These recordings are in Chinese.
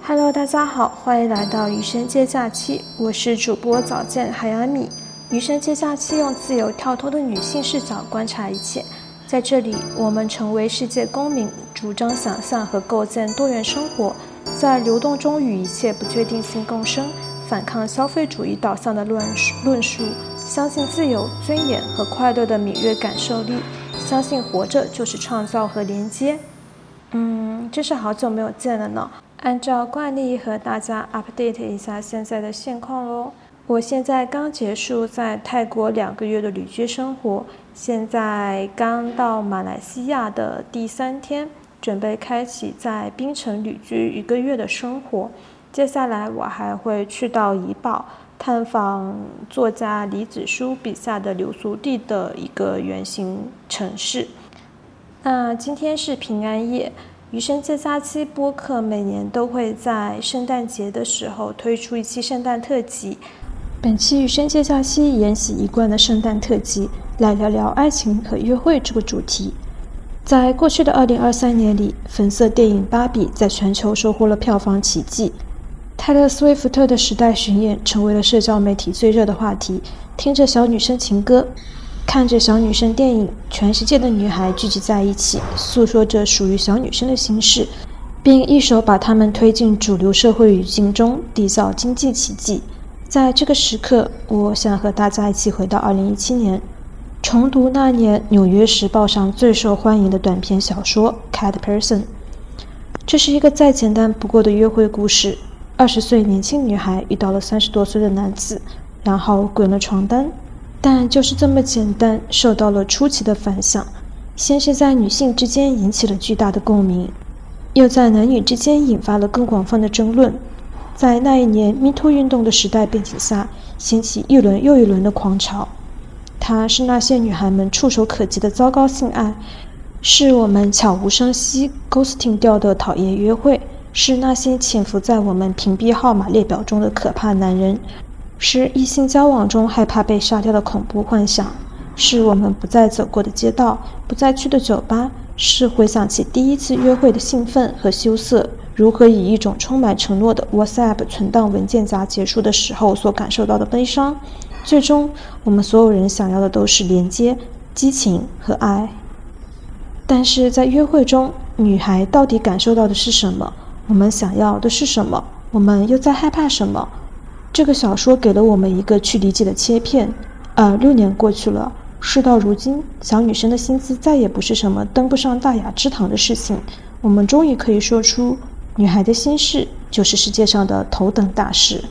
Hello， 大家好，欢迎来到余生接假期，我是主播早见海洋米。余生接假期用自由跳脱的女性视角观察一切，在这里，我们成为世界公民，主张想象和构建多元生活，在流动中与一切不确定性共生，反抗消费主义导向的论述，相信自由、尊严和快乐的敏锐感受力，相信活着就是创造和连接。真是好久没有见了呢。按照惯例和大家 update 一下现在的现况咯。我现在刚结束在泰国2个月的旅居生活，现在刚到马来西亚的第3天，准备开启在槟城旅居1个月的生活。接下来我还会去到怡保探访作家李子书笔下的流苏地的一个原型城市。那今天是平安夜，余生接假期播客每年都会在圣诞节的时候推出一期圣诞特辑。本期余生接假期沿袭一贯的圣诞特辑，来聊聊爱情和约会这个主题。在过去的2023年里，粉色电影《芭比》在全球收获了票房奇迹。泰勒·斯威夫特的时代巡演成为了社交媒体最热的话题。听着小女生情歌，看着小女生电影，全世界的女孩聚集在一起，诉说着属于小女生的心事，并一手把她们推进主流社会语境中，缔造经济奇迹。在这个时刻，我想和大家一起回到2017年，重读那年《纽约时报》上最受欢迎的短篇小说《Cat Person》。这是一个再简单不过的约会故事。20岁年轻女孩遇到了30多岁的男子，然后滚了床单。但就是这么简单，受到了出奇的反响。先是在女性之间引起了巨大的共鸣，又在男女之间引发了更广泛的争论。在那一年 MeToo 运动的时代背景下，掀起一轮又一轮的狂潮。它是那些女孩们触手可及的糟糕性爱，是我们悄无声息 ghosting 掉的讨厌约会，是那些潜伏在我们屏蔽号码列表中的可怕男人，是异性交往中害怕被杀掉的恐怖幻想，是我们不再走过的街道，不再去的酒吧，是回想起第一次约会的兴奋和羞涩，如何以一种充满承诺的 WhatsApp 存档文件夹结束的时候所感受到的悲伤。最终，我们所有人想要的都是连接、激情和爱。但是在约会中，女孩到底感受到的是什么？我们想要的是什么？我们又在害怕什么？这个小说给了我们一个去理解的切片。6年过去了，事到如今，小女生的心思再也不是什么登不上大雅之堂的事情。我们终于可以说出，女孩的心事就是世界上的头等大事。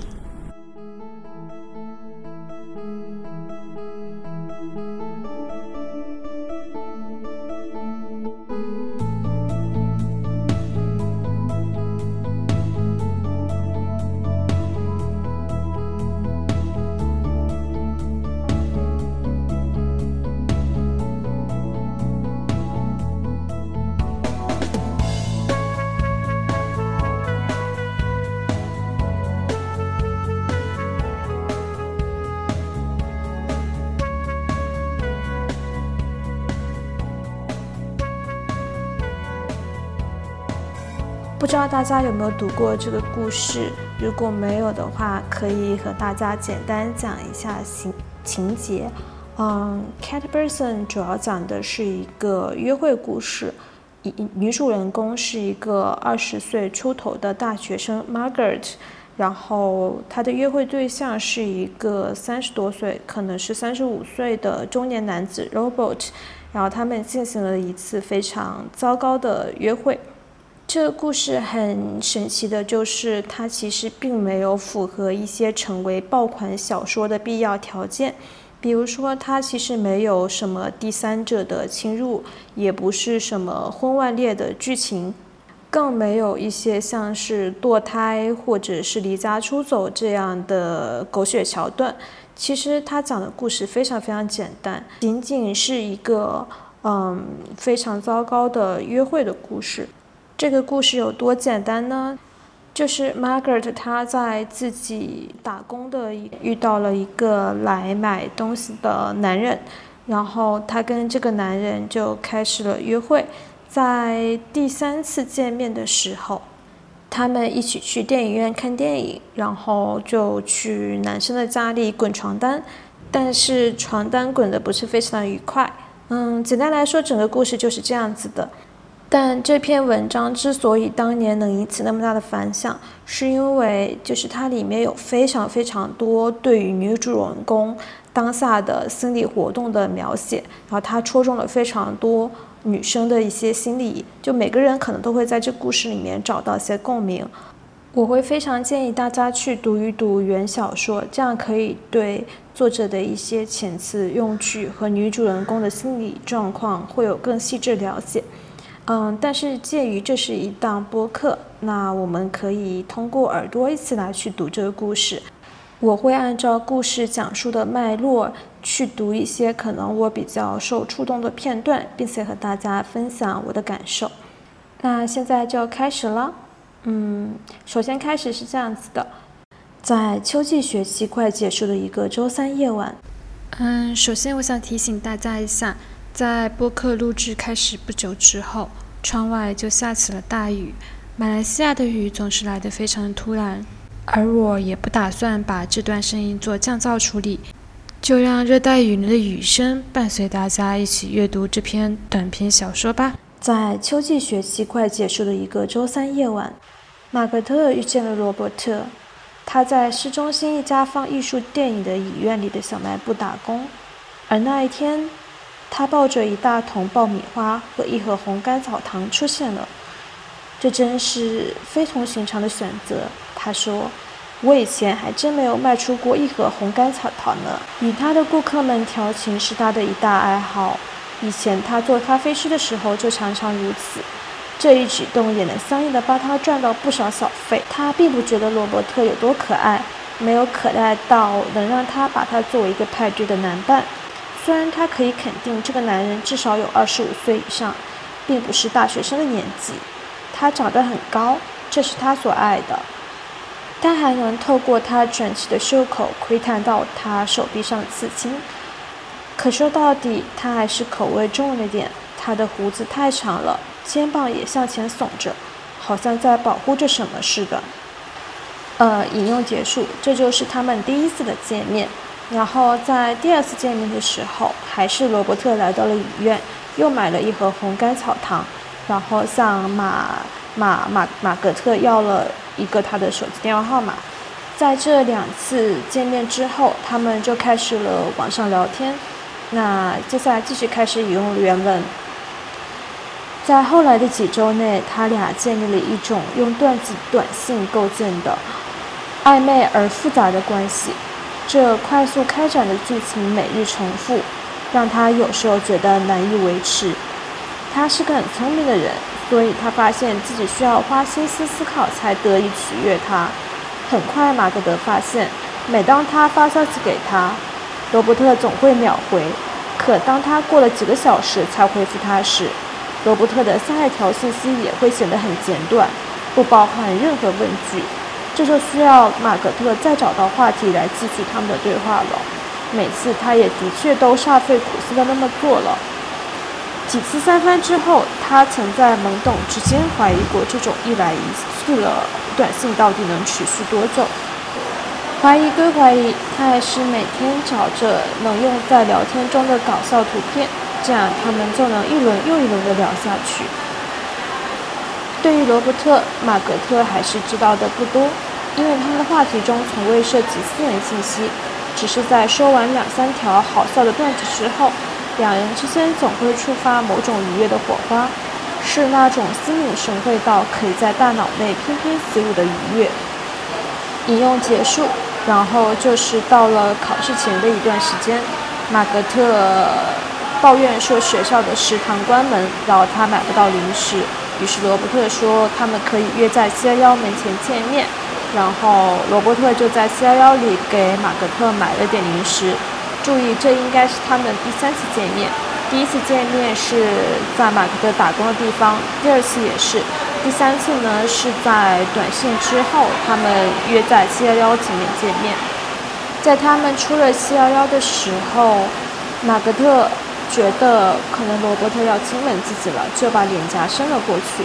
不知道大家有没有读过这个故事？如果没有的话，可以和大家简单讲一下情节。Cat Person 主要讲的是一个约会故事，女主人公是一个20岁出头的大学生 Margaret， 然后她的约会对象是一个30多岁，可能是35岁的中年男子 Robert， 然后他们进行了一次非常糟糕的约会。这个故事很神奇的就是，它其实并没有符合一些成为爆款小说的必要条件。比如说，它其实没有什么第三者的侵入，也不是什么婚外恋的剧情，更没有一些像是堕胎或者是离家出走这样的狗血桥段。其实它讲的故事非常非常简单，仅仅是一个非常糟糕的约会的故事。这个故事有多简单呢？就是 Margaret 她在自己打工的遇到了一个来买东西的男人，然后她跟这个男人就开始了约会。在第3次见面的时候， 他们一起去电影院看电影，然后就去男生的家里滚床单，但是床单滚得不是非常的愉快。简单来说，整个故事就是这样子的。但这篇文章之所以当年能引起那么大的反响，是因为就是它里面有非常非常多对于女主人公当下的心理活动的描写，然后它戳中了非常多女生的一些心理，就每个人可能都会在这故事里面找到一些共鸣。我会非常建议大家去读一读原小说，这样可以对作者的一些遣词用句和女主人公的心理状况会有更细致了解。但是鉴于这是一档播客，那我们可以通过耳朵一起来去读这个故事。我会按照故事讲述的脉络去读一些可能我比较受触动的片段，并且和大家分享我的感受。那现在就开始了。首先开始是这样子的，在秋季学期快结束的一个周三夜晚。首先我想提醒大家一下，在播客录制开始不久之后，窗外就下起了大雨。马来西亚的雨总是来得非常突然，而我也不打算把这段声音做降噪处理，就让热带雨林的雨声伴随大家一起阅读这篇短篇小说吧。在秋季学期快结束的一个周三夜晚，马格特遇见了罗伯特。他在市中心一家放艺术电影的影院里的小卖部打工，而那一天他抱着一大桶爆米花和一盒红甘草糖出现了。这真是非同寻常的选择，他说，我以前还真没有卖出过一盒红甘草糖呢。与他的顾客们调情是他的一大爱好，以前他做咖啡师的时候就常常如此，这一举动也能相应的帮他赚到不少小费。他并不觉得罗伯特有多可爱，没有可爱到能让他把他作为一个派对的男伴。虽然他可以肯定这个男人至少有25岁以上，并不是大学生的年纪。他长得很高，这是他所爱的。他还能透过他卷起的袖口窥探到他手臂上的刺青。可说到底，他还是口味重了点。他的胡子太长了，肩膀也向前耸着，好像在保护着什么似的。引用结束，这就是他们第一次的见面。然后在第二次见面的时候，还是罗伯特来到了影院，又买了一盒红甘草糖，然后向马格特要了一个他的手机电话号码。在这2次见面之后，他们就开始了网上聊天。那接下来继续开始引用原文。在后来的几周内，他俩建立了一种用短信构建的暧昧而复杂的关系。这快速开展的剧情每日重复，让他有时候觉得难以维持。他是个很聪明的人，所以他发现自己需要花心思思考才得以取悦他。很快，马格德发现，每当他发消息给他，罗伯特总会秒回。可当他过了几个小时才回复他时，罗伯特的下一条信息也会显得很简短，不包含任何问句。这就需要马格特再找到话题来继续他们的对话了。每次他也的确都煞费苦心的那么做了。几次三番之后，他曾在懵懂之间怀疑过这种一来一去的短信到底能持续多久。怀疑归怀疑，他还是每天找着能用在聊天中的搞笑图片，这样他们就能一轮又一轮的聊下去。对于罗伯特，马格特还是知道的不多，因为他们的话题中从未涉及私人信息，只是在说完2、3条好笑的段子之后，两人之间总会触发某种愉悦的火花，是那种心领神会到可以在大脑内翩翩起舞的愉悦。引用结束，然后就是到了考试前的一段时间，马格特抱怨说学校的食堂关门，然后他买不到零食。于是罗伯特说他们可以约在711门前见面，然后罗伯特就在711里给马格特买了点零食。注意，这应该是他们第3次见面。第1次见面是在马格特打工的地方，第2次也是，第3次呢是在短信之后，他们约在711前面见面。在他们出了711的时候，马格特觉得可能罗伯特要亲吻自己了，就把脸颊伸了过去。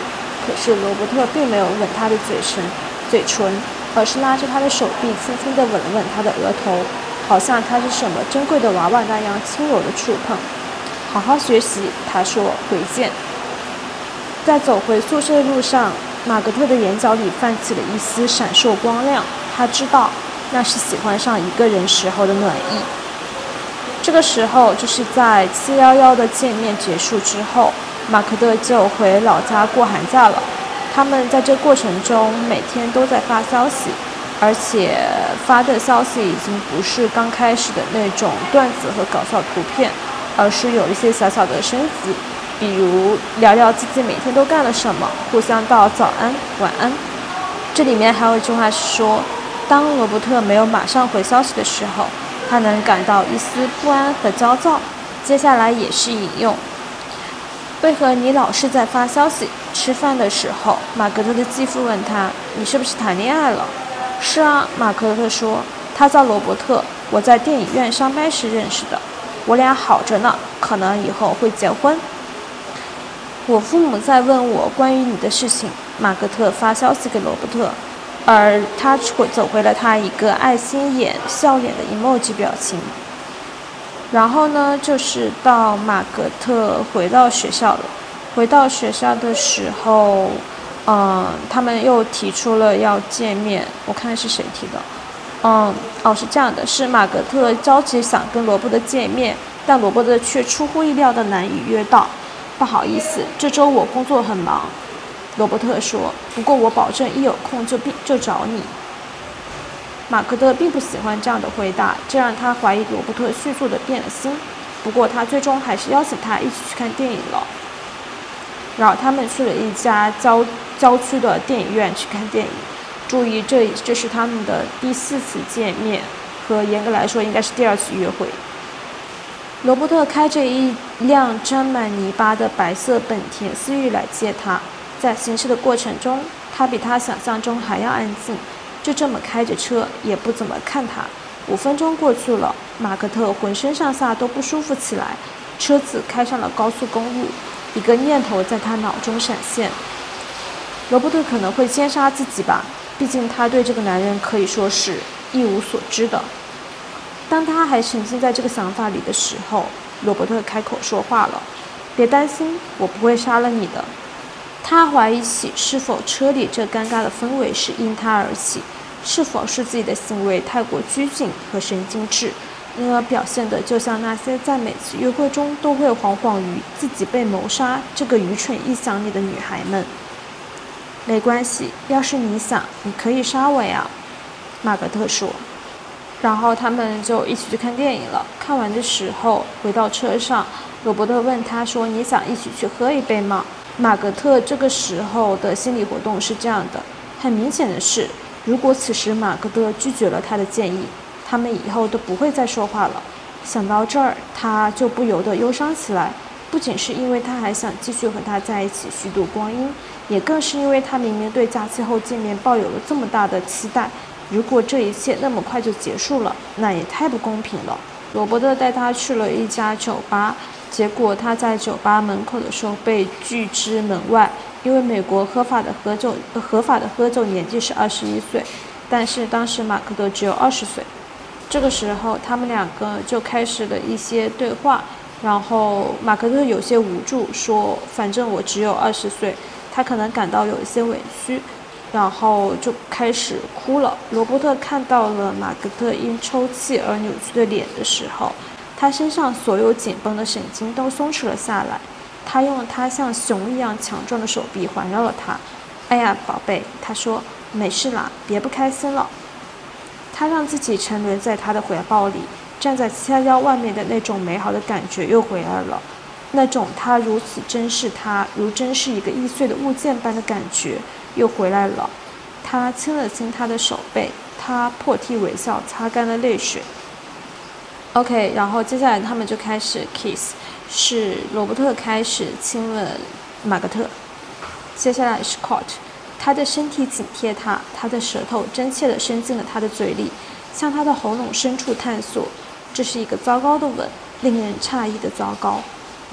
可是罗伯特并没有吻她的嘴唇，而是拉着她的手臂，轻轻地吻了吻她的额头，好像她是什么珍贵的娃娃那样轻柔的触碰。好好学习，他说，回见。在走回宿舍的路上，马格特的眼角里泛起了一丝闪烁光亮，他知道那是喜欢上一个人时候的暖意。这个时候就是在711的见面结束之后，马格特就回老家过寒假了。他们在这过程中每天都在发消息，而且发的消息已经不是刚开始的那种段子和搞笑图片，而是有一些小小的升级，比如聊聊自己每天都干了什么，互相道早安晚安。这里面还有一句话是说，当罗伯特没有马上回消息的时候，他能感到一丝不安和焦躁。接下来也是引用，为何你老是在发消息？吃饭的时候，马格特的继父问他，你是不是谈恋爱了？是啊，马格特说，他叫罗伯特，我在电影院上班时认识的，我俩好着呢，可能以后会结婚。我父母在问我关于你的事情，马格特发消息给罗伯特，而他走回了他一个爱心眼笑脸的 emoji 表情。然后呢，就是到马格特回到学校了。回到学校的时候，他们又提出了要见面。我看是谁提的？是这样的，是马格特着急想跟罗伯特见面，但罗伯特却出乎意料的难以约到。不好意思，这周我工作很忙。罗伯特说，不过我保证一有空就找你。马格特并不喜欢这样的回答，这让他怀疑罗伯特迅速地变了心。不过他最终还是邀请他一起去看电影了。然后他们去了一家郊区的电影院去看电影。注意，这是他们的第4次见面，和严格来说应该是第2次约会。罗伯特开着一辆沾满泥巴的白色本田思域来接他。在行驶的过程中，他比他想象中还要安静，就这么开着车，也不怎么看他。5分钟过去了，马格特浑身上下都不舒服起来。车子开上了高速公路，一个念头在他脑中闪现：罗伯特可能会奸杀自己吧，毕竟他对这个男人可以说是一无所知的。当他还沉浸在这个想法里的时候，罗伯特开口说话了：别担心，我不会杀了你的。他怀疑起是否车里这尴尬的氛围是因他而起，是否是自己的行为太过拘谨和神经质，因而表现得就像那些在每次约会中都会惶惶于自己被谋杀这个愚蠢臆想里的女孩们。没关系，要是你想，你可以杀我呀，马格特说。然后他们就一起去看电影了。看完的时候，回到车上，罗伯特问他说，你想一起去喝一杯吗？马格特这个时候的心理活动是这样的，很明显的是，如果此时马格特拒绝了他的建议，他们以后都不会再说话了。想到这儿，他就不由得忧伤起来，不仅是因为他还想继续和他在一起虚度光阴，也更是因为他明明对假期后见面抱有了这么大的期待，如果这一切那么快就结束了，那也太不公平了。罗伯特带他去了一家酒吧，结果他在酒吧门口的时候被拒之门外，因为美国合法的喝酒年纪是21岁，但是当时马克德只有20岁。这个时候他们两个就开始了一些对话，然后马克德有些无助，说反正我只有20岁，他可能感到有一些委屈，然后就开始哭了。罗伯特看到了马格特因抽泣而扭曲的脸的时候，他身上所有紧绷的神经都松弛了下来。他用了他像熊一样强壮的手臂环绕了他。哎呀，宝贝，他说，没事啦，别不开心了。他让自己沉沦在他的怀抱里，站在711外面的那种美好的感觉又回来了，那种他如此珍视他，如珍视一个易碎的物件般的感觉又回来了。他亲了亲他的手背，他破涕为笑，擦干了泪水。OK， 然后接下来他们就开始 kiss， 是罗伯特开始亲吻马格特，接下来是 court， 他的身体紧贴他，他的舌头真切地伸进了他的嘴里，向他的喉咙深处探索。这是一个糟糕的吻，令人诧异的糟糕。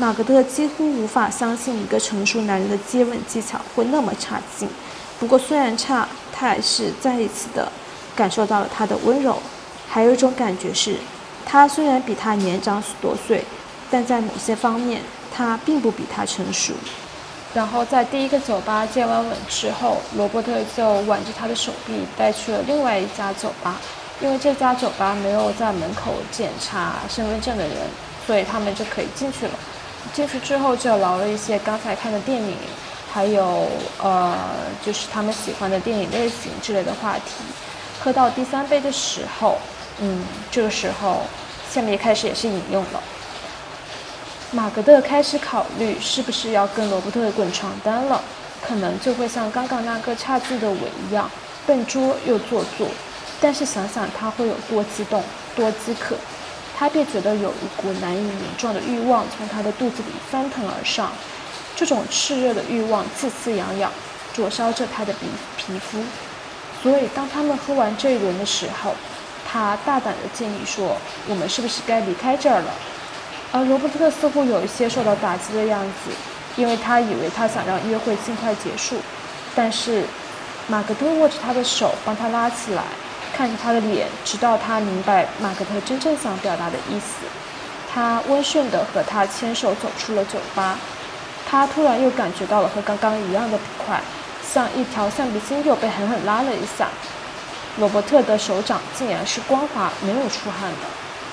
马格特几乎无法相信一个成熟男人的接吻技巧会那么差劲。不过虽然差，他还是再一次的感受到了他的温柔。还有一种感觉是，他虽然比他年长许多岁，但在某些方面他并不比他成熟。然后在第一个酒吧接完吻之后，罗伯特就挽着他的手臂带去了另外一家酒吧。因为这家酒吧没有在门口检查身份证的人，所以他们就可以进去了。进去之后就聊了一些刚才看的电影，还有就是他们喜欢的电影类型之类的话题。喝到第3杯的时候，这个时候下面开始也是引用了。马格特开始考虑是不是要跟罗伯特滚床单了，可能就会像刚刚那个差劲的吻一样，笨拙又做作。但是想想他会有多激动，多饥渴，他便觉得有一股难以名状的欲望从他的肚子里翻腾而上。这种炽热的欲望刺刺痒痒，灼烧着他的皮肤。所以当他们喝完这一轮的时候，他大胆地建议说，我们是不是该离开这儿了？而罗伯特似乎有一些受到打击的样子，因为他以为他想让约会尽快结束。但是马格特握着他的手帮他拉起来，看着他的脸，直到他明白马格特真正想表达的意思。他温顺地和他牵手走出了酒吧。他突然又感觉到了和刚刚一样的不快，像一条橡皮筋又被狠狠拉了一下。罗伯特的手掌竟然是光滑没有出汗的。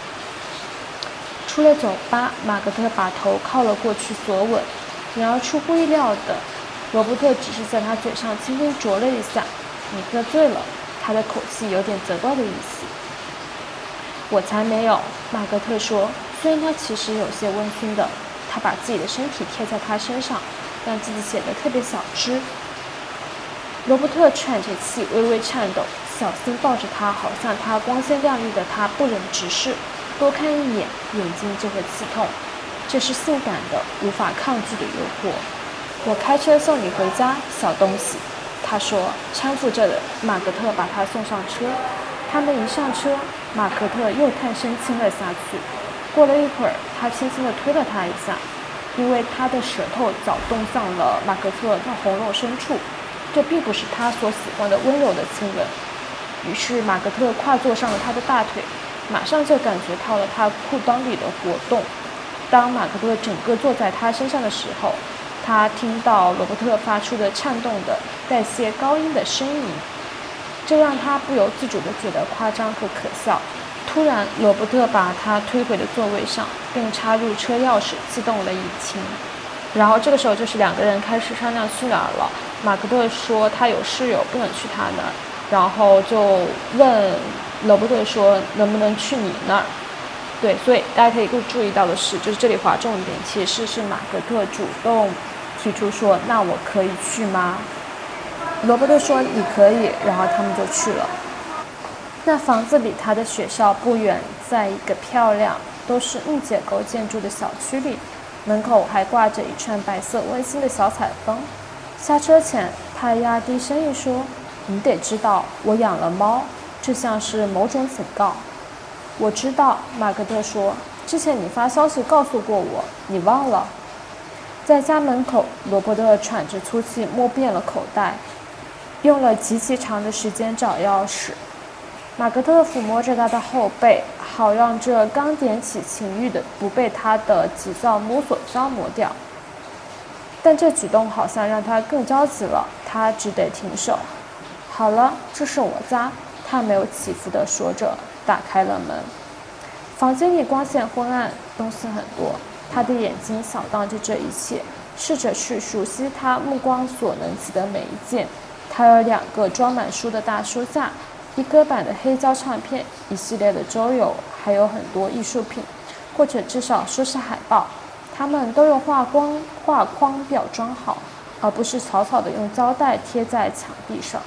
出了酒吧，马格特把头靠了过去索吻，然而出乎意料的，罗伯特只是在他嘴上轻轻啄了一下。你喝醉了，他的口气有点责怪的意思。我才没有，马格特说，虽然他其实有些温馨的，他把自己的身体贴在他身上，让自己显得特别小只。罗伯特喘着气，微微颤抖，小心抱着他，好像他光鲜亮丽的他不忍直视，多看一眼眼睛就会刺痛。这是性感的无法抗拒的诱惑。我开车送你回家，小东西，他说，搀扶着的马格特把他送上车。他们一上车，马格特又探身亲了下去。过了一会儿，他轻轻地推了他一下，因为他的舌头早动向了马格特的喉咙深处，这并不是他所喜欢的温柔的亲吻。于是马格特跨坐上了他的大腿，马上就感觉到了他裤裆里的活动。当马格特整个坐在他身上的时候，他听到罗伯特发出的颤动的带些高音的呻吟，这让他不由自主地觉得夸张和可笑。突然，罗伯特把他推回了座位上，并插入车钥匙，启动了引擎。然后这个时候就是两个人开始商量去哪儿了。马格特说他有室友不能去他那儿，然后就问罗伯特说能不能去你那儿。对，所以大家可以注意到的是，就是这里划重点，其实是马格特主动提出说那我可以去吗？罗伯特说你可以，然后他们就去了。那房子离他的学校不远，在一个漂亮都是木结构建筑的小区里，门口还挂着一串白色温馨的小彩灯。下车前，他压低声音说：“你得知道，我养了猫，这像是某种警告。”我知道，马格特说，之前你发消息告诉过我，你忘了。在家门口，罗伯特喘着粗气，摸遍了口袋，用了极其长的时间找钥匙。马格特抚摸着他的后背，好让这刚点起情欲的不被他的急躁摸索消磨掉。但这举动好像让他更着急了，他只得停手。好了，这是我家，他没有起伏地说着，打开了门。房间里光线昏暗，东西很多，他的眼睛扫荡着这一切，试着去熟悉他目光所能及的每一件。他有2个装满书的大书架，一个版的黑胶唱片，一系列的周游，还有很多艺术品，或者至少说是海报。它们都用画框裱装好，而不是草草地用胶带贴在墙壁上。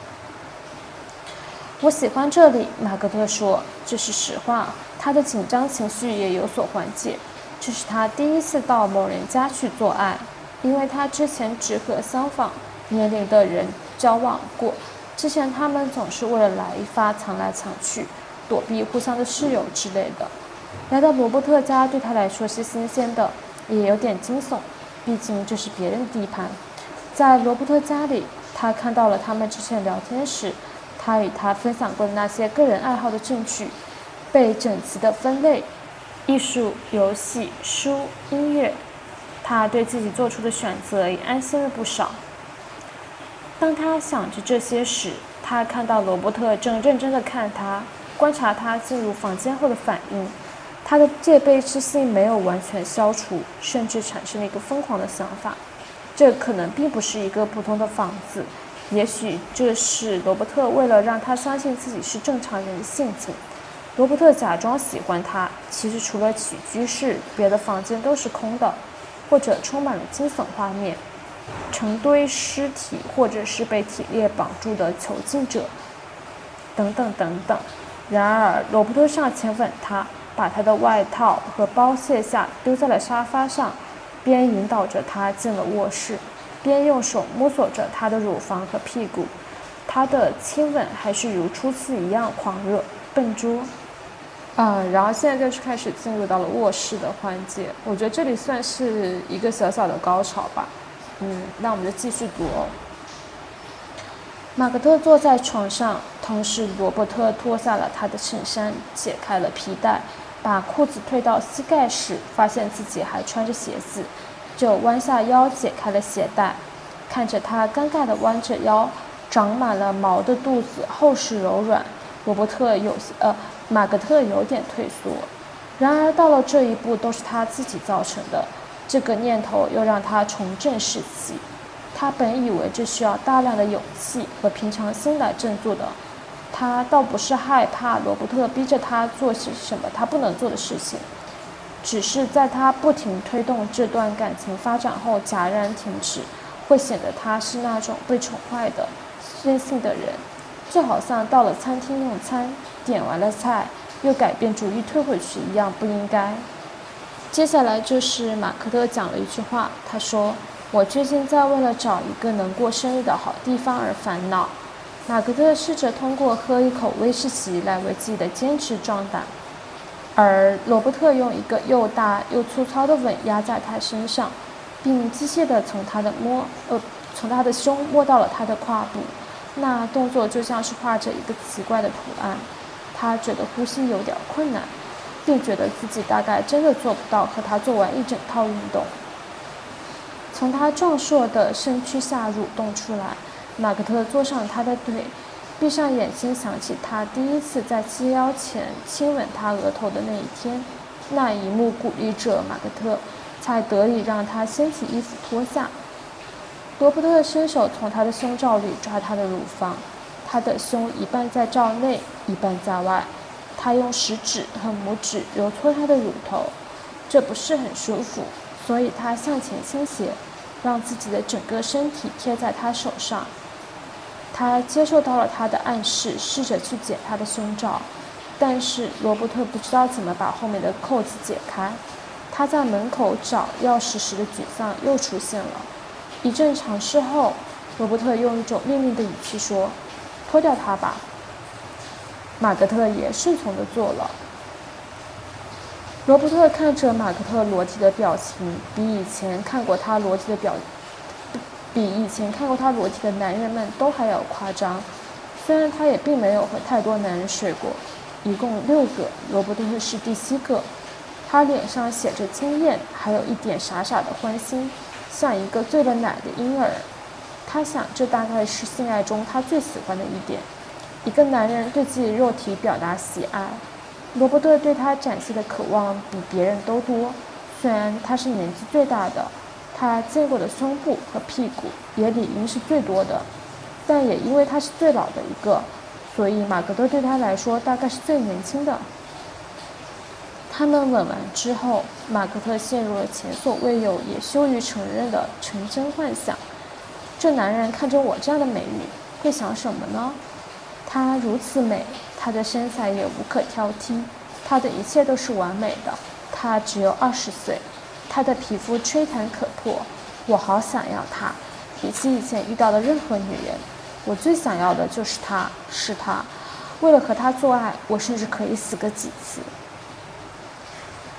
我喜欢这里，马格特说，这是实话。他的紧张情绪也有所缓解。这是他第一次到某人家去做爱，因为他之前只和相仿年龄的人交往过。之前他们总是为了来一发藏来藏去，躲避互相的室友之类的。来到罗伯特家对他来说是新鲜的， 也有点惊悚，毕竟这是别人的地盘。在罗伯特家里，他看到了他们之前聊天时他与他分享过的那些个人爱好的证据，被整齐的分类：艺术、游戏、书、音乐。他对自己做出的选择也安心了不少。当他想着这些时，他看到罗伯特正认真地看他，观察他进入房间后的反应。他的戒备之心没有完全消除，甚至产生了一个疯狂的想法：这可能并不是一个普通的房子，也许这是罗伯特为了让他相信自己是正常人的陷阱。罗伯特假装喜欢他，其实除了起居室，别的房间都是空的，或者充满了惊悚画面，成堆尸体，或者是被铁链绑住的囚禁者，等等等等。然而，罗伯特上前吻他，把他的外套和包卸下，丢在了沙发上，边引导着他进了卧室，边用手摸索着他的乳房和屁股。他的亲吻还是如初次一样狂热、笨拙。然后现在就是开始进入到了卧室的环节，我觉得这里算是一个小小的高潮吧。那我们就继续读哦。马格特坐在床上，同时罗伯特脱下了他的衬衫，解开了皮带，把裤子退到膝盖时，发现自己还穿着鞋子，就弯下腰解开了鞋带。看着他尴尬地弯着腰，长满了毛的肚子厚实柔软，马格特有点退缩。然而到了这一步都是他自己造成的，这个念头又让他重振士气。他本以为这需要大量的勇气和平常心来振作的。他倒不是害怕罗伯特逼着他做些什么他不能做的事情，只是在他不停推动这段感情发展后戛然停止，会显得他是那种被宠坏的任性的人，就好像到了餐厅用餐，点完了菜又改变主意退回去一样，不应该。接下来就是马克特讲了一句话，他说：我最近在为了找一个能过生日的好地方而烦恼。马格特试着通过喝一口威士忌来为自己的坚持壮胆，而罗伯特用一个又大又粗糙的吻压在他身上，并机械地从他的胸摸到了他的胯部，那动作就像是画着一个奇怪的图案。他觉得呼吸有点困难，并觉得自己大概真的做不到和他做完一整套运动。从他壮硕的身躯下蠕动出来，马格特坐上他的腿，闭上眼睛想起他第一次在7腰前亲吻他额头的那一天，那一幕鼓励着马格特，才得以让他掀起衣服脱下。罗伯特伸手从他的胸罩里抓他的乳房，他的胸一半在罩内，一半在外。他用食指和拇指揉搓他的乳头，这不是很舒服，所以他向前倾斜，让自己的整个身体贴在他手上。他接受到了他的暗示，试着去解他的胸罩，但是罗伯特不知道怎么把后面的扣子解开。他在门口找钥匙时的沮丧又出现了。一阵尝试后，罗伯特用一种命令的语气说：脱掉它吧。马格特也顺从地做了。罗伯特看着马格特裸体的表情，比以前看过他裸体的男人们都还要夸张。虽然他也并没有和太多男人睡过，一共6个，罗伯特是第7个。他脸上写着惊艳，还有一点傻傻的欢心，像一个醉了奶的婴儿。他想，这大概是性爱中他最喜欢的一点，一个男人对自己肉体表达喜爱。罗伯特对他展现的渴望比别人都多，虽然他是年纪最大的，他见过的胸部和屁股也理应是最多的，但也因为他是最老的一个，所以马格特对他来说大概是最年轻的。他们吻完之后，马格特陷入了前所未有也羞于承认的纯真幻想。这男人看着我这样的美女，会想什么呢？她如此美，她的身材也无可挑剔，她的一切都是完美的。她只有20岁，她的皮肤吹弹可破，我好想要她，比起以前遇到的任何女人，我最想要的就是她，是她。为了和她做爱，我甚至可以死个几次。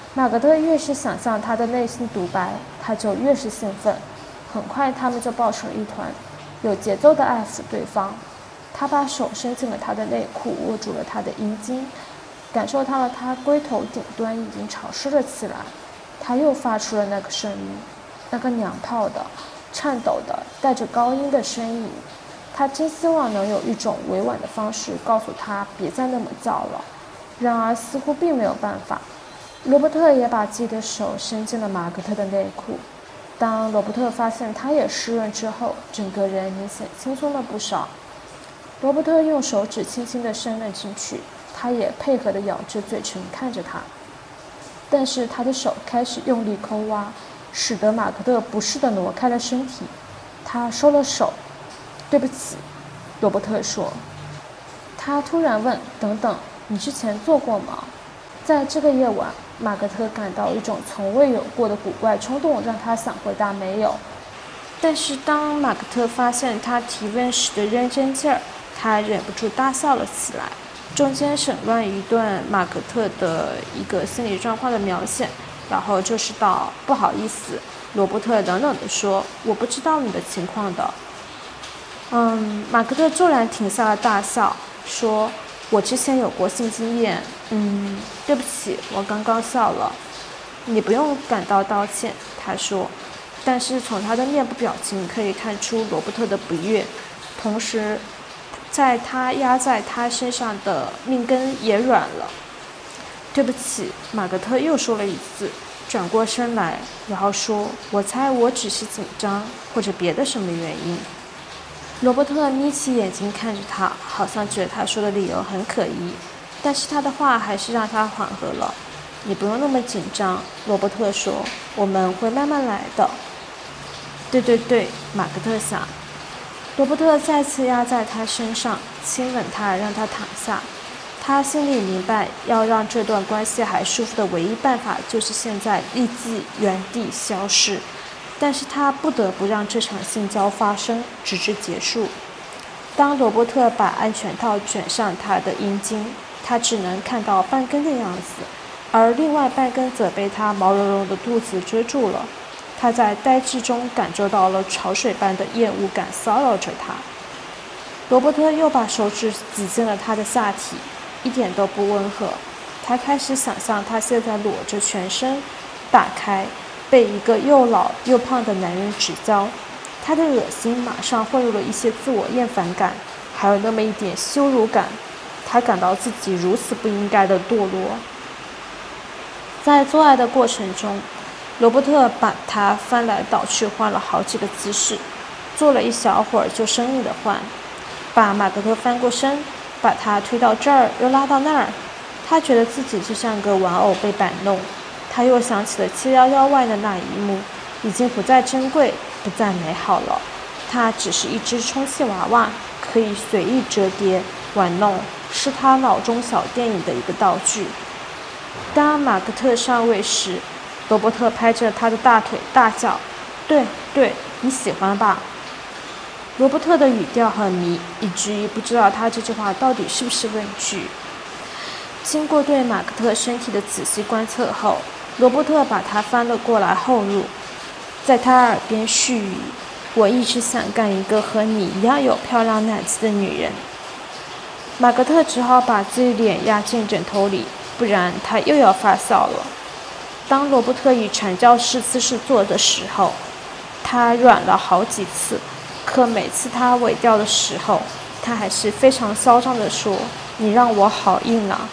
玛格特越是想象他的内心独白，他就越是兴奋。很快他们就抱成一团，有节奏地爱抚对方。他把手伸进了他的内裤，握住了他的阴茎，感受到了他龟头顶端已经潮湿了起来。他又发出了那个声音，那个娘炮的、颤抖的、带着高音的呻吟。他真希望能有一种委婉的方式告诉他别再那么叫了，然而似乎并没有办法。罗伯特也把自己的手伸进了玛格特的内裤。当罗伯特发现他也湿润之后，整个人明显轻松了不少。罗伯特用手指轻轻地伸了进去，他也配合地咬着嘴唇看着他，但是他的手开始用力抠挖，使得玛格特不适地挪开了身体。他收了手。对不起，罗伯特说。他突然问，等等，你之前做过吗？在这个夜晚，玛格特感到一种从未有过的古怪冲动，让他想回答没有。但是当玛格特发现他提问时的认真劲儿，他忍不住大笑了起来。中间省略一段玛格特的一个心理状况的描写，然后就是道不好意思，罗伯特冷冷地说，我不知道你的情况的。玛格特骤然停下了大笑，说，我之前有过性经验。对不起，我刚刚笑了。你不用感到道歉，他说。但是从他的面部表情可以看出罗伯特的不悦，同时在他压在他身上的命根也软了。对不起，玛格特又说了一次，转过身来，然后说，我猜我只是紧张，或者别的什么原因。罗伯特眯起眼睛看着他，好像觉得他说的理由很可疑，但是他的话还是让他缓和了。你不用那么紧张，罗伯特说，我们会慢慢来的。对，玛格特想。罗伯特再次压在他身上，亲吻他，让他躺下。他心里明白，要让这段关系还舒服的唯一办法，就是现在立即原地消失。但是他不得不让这场性交发生，直至结束。当罗伯特把安全套卷上他的阴茎，他只能看到半根的样子，而另外半根则被他毛茸茸的肚子遮住了。他在呆滞中感受到了潮水般的厌恶感骚扰着他。罗伯特又把手指挤进了他的下体，一点都不温和。他开始想象他现在裸着全身打开，被一个又老又胖的男人指交。他的恶心马上混入了一些自我厌烦感，还有那么一点羞辱感。他感到自己如此不应该的堕落。在做爱的过程中，罗伯特把他翻来倒去换了好几个姿势，做了一小会儿就生硬的换，把玛格特翻过身，把他推到这儿又拉到那儿。他觉得自己就像个玩偶被摆弄。他又想起了711外的那一幕，已经不再珍贵，不再美好了。它只是一只充气娃娃，可以随意折叠玩弄，是他脑中小电影的一个道具。当玛格特上位时，罗伯特拍着他的大腿大叫，对，你喜欢吧？罗伯特的语调很迷，以至于不知道他这句话到底是不是问句。经过对玛格特身体的仔细观测后，罗伯特把他翻了过来后入，在他耳边絮语，我一直想干一个和你一样有漂亮奶子的女人。玛格特只好把自己脸压进枕头里，不然他又要发笑了。当罗伯特以传教士姿势做的时候，他软了好几次，可每次他尾调的时候，他还是非常嚣张地说，你让我好硬啊。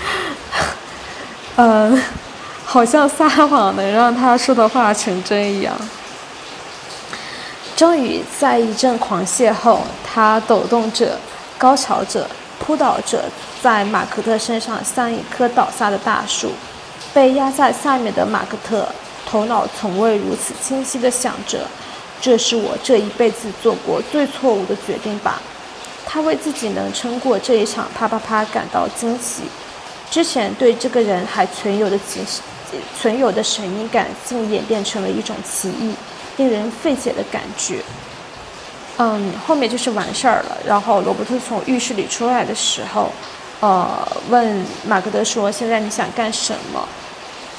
好像撒谎能让他说的话成真一样。终于在一阵狂泻后，他抖动着，高潮着，扑倒着，在马克特身上像一棵倒下的大树。被压在下面的马克特头脑从未如此清晰地想着，这是我这一辈子做过最错误的决定吧。他为自己能撑过这一场啪啪啪感到惊喜。之前对这个人还存有的神秘感，竟演变成了一种奇异、令人费解的感觉。后面就是完事儿了。然后罗伯特从浴室里出来的时候，问马格德说：“现在你想干什么？”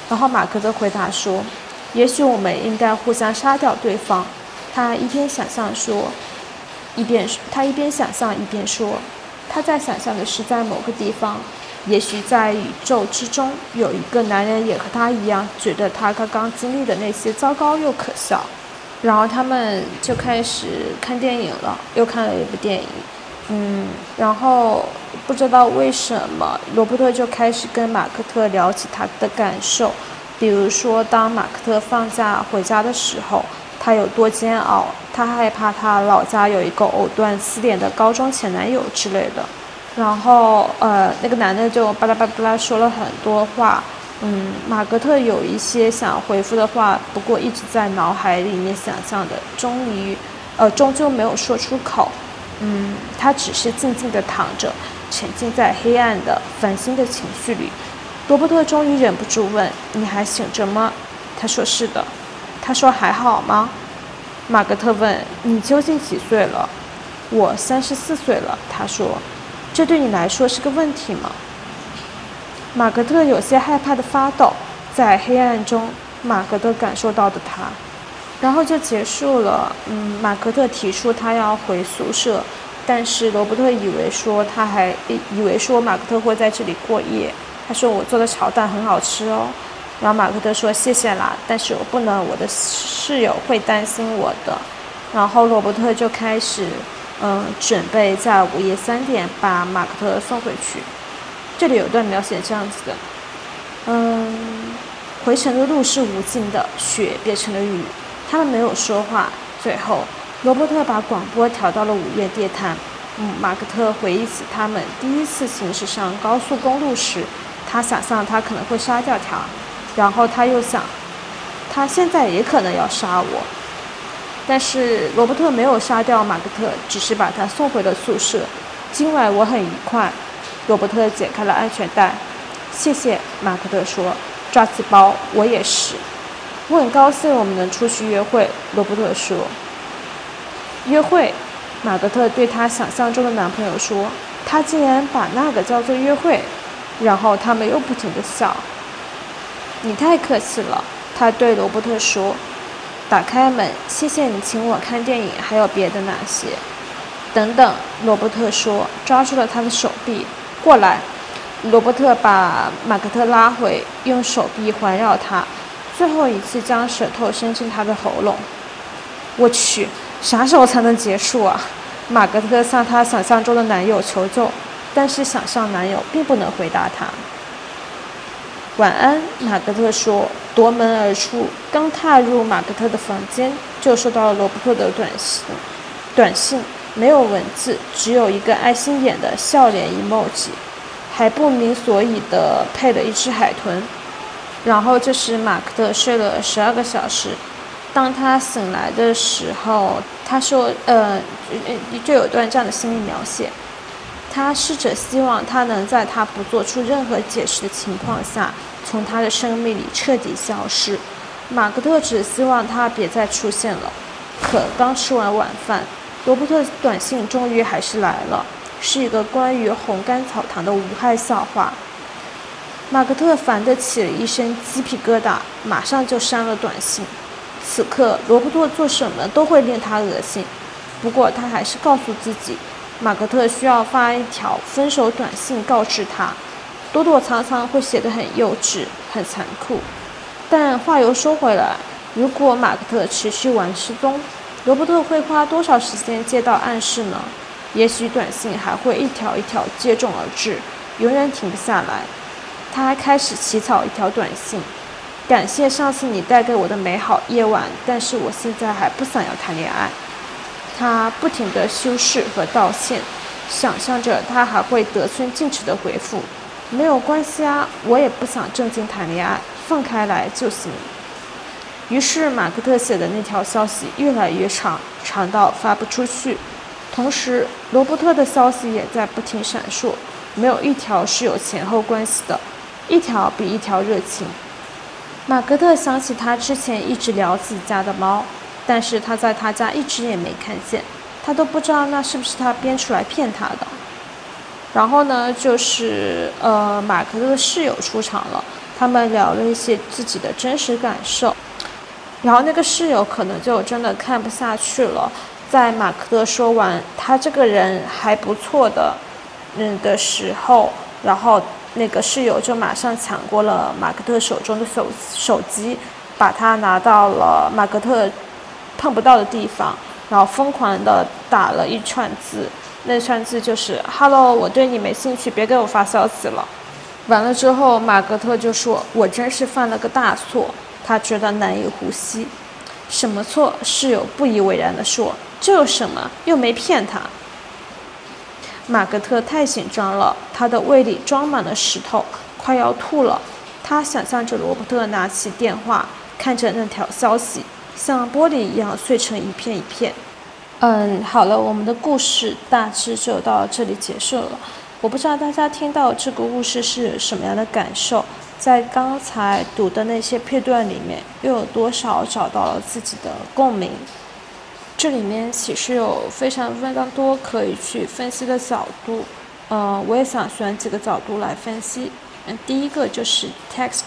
然后马格特回答说，也许我们应该互相杀掉对方。他一边想象一边想象一边说，他在想象的是在某个地方，也许在宇宙之中有一个男人也和他一样，觉得他刚刚经历的那些糟糕又可笑。然后他们就开始看电影了，又看了一部电影。然后不知道为什么，罗伯特就开始跟马克特聊起他的感受，比如说当马克特放假回家的时候，他有多煎熬，他害怕他老家有一个藕断丝连的高中前男友之类的。然后那个男的就巴拉巴拉说了很多话。马格特有一些想回复的话，不过一直在脑海里面想象的，终究没有说出口。他只是静静地躺着，沉浸在黑暗的烦心的情绪里。罗伯特终于忍不住问：“你还醒着吗？”他说：“是的。”他说：“还好吗？”马格特问：“你究竟几岁了？”“我34岁了。”他说：“这对你来说是个问题吗？”马格特有些害怕地发抖，在黑暗中，马格特感受到的他，然后就结束了。马格特提出他要回宿舍，但是罗伯特以为说马格特会在这里过夜。他说：“我做的炒蛋很好吃哦。”然后马格特说：“谢谢啦，但是我不能，我的室友会担心我的。”然后罗伯特就开始准备在午夜3点把马格特送回去。这里有段描写这样子的，回程的路是无尽的，雪变成了雨，他们没有说话。最后，罗伯特把广播调到了午夜电台。马格特回忆起他们第一次行驶上高速公路时，他想象他可能会杀掉他，然后他又想，他现在也可能要杀我。但是罗伯特没有杀掉马格特，只是把他送回了宿舍。今晚我很愉快。罗伯特解开了安全带。谢谢，马克特说，抓起包，我也是。我很高兴我们能出去约会，罗伯特说。约会？马格特对他想象中的男朋友说，他竟然把那个叫做约会。然后他们又不停地笑。你太客气了，他对罗伯特说。打开门，谢谢你请我看电影，还有别的哪些？等等，罗伯特说，抓住了他的手臂。过来，罗伯特把马格特拉回，用手臂环绕他，最后一次将舌头伸进他的喉咙。我去，啥时候才能结束啊？马格特向他想象中的男友求救，但是想象男友并不能回答他。晚安，马格特说，夺门而出，刚踏入马格特的房间，就收到了罗伯特的短信。没有文字，只有一个爱心眼的笑脸 emoji， 还不明所以的配了一只海豚。然后这时马克特睡了12个小时。当他醒来的时候，他说就有段这样的心理描写。他试着希望他能在他不做出任何解释的情况下，从他的生命里彻底消失。马格特只希望他别再出现了。可刚吃完晚饭，罗伯特短信终于还是来了，是一个关于红甘草堂的无害笑话。马格特烦得起了一身鸡皮疙瘩，马上就删了短信。此刻罗伯特做什么都会令他恶心，不过他还是告诉自己，马格特需要发一条分手短信告知他，躲躲藏藏会显得很幼稚很残酷。但话又说回来，如果马格特持续玩失踪，罗伯特会花多少时间接到暗示呢？也许短信还会一条一条接踵而至，永远停不下来。他还开始起草一条短信，感谢上次你带给我的美好夜晚，但是我现在还不想要谈恋爱。他不停地修饰和道歉，想象着他还会得寸进尺的回复，没有关系啊，我也不想正经谈恋爱，放开来就行。于是马克特写的那条消息越来越长，长到发不出去。同时罗伯特的消息也在不停闪烁，没有一条是有前后关系的，一条比一条热情。马格特想起他之前一直聊自己家的猫，但是他在他家一直也没看见，他都不知道那是不是他编出来骗他的。然后呢，就是马格特的室友出场了， 他们聊了一些自己的真实感受。然后那个室友可能就真的看不下去了，在马克特说完他这个人还不错的时候，然后那个室友就马上抢过了马克特手中的手机，把它拿到了马克特碰不到的地方，然后疯狂的打了一串字，那串字就是“Hello， 我对你没兴趣，别给我发消息了”。完了之后，马格特就说：“我真是犯了个大错。”他觉得难以呼吸。什么错？室友不以为然地说：“这有什么？又没骗他。”马格特太紧张了，他的胃里装满了石头，快要吐了。他想象着罗伯特拿起电话，看着那条消息，像玻璃一样碎成一片一片。好了，我们的故事大致就到这里结束了。我不知道大家听到这个故事是什么样的感受，在刚才读的那些片段里面，又有多少找到了自己的共鸣？这里面其实有非常多可以去分析的角度，我也想选几个角度来分析。第一个就是 text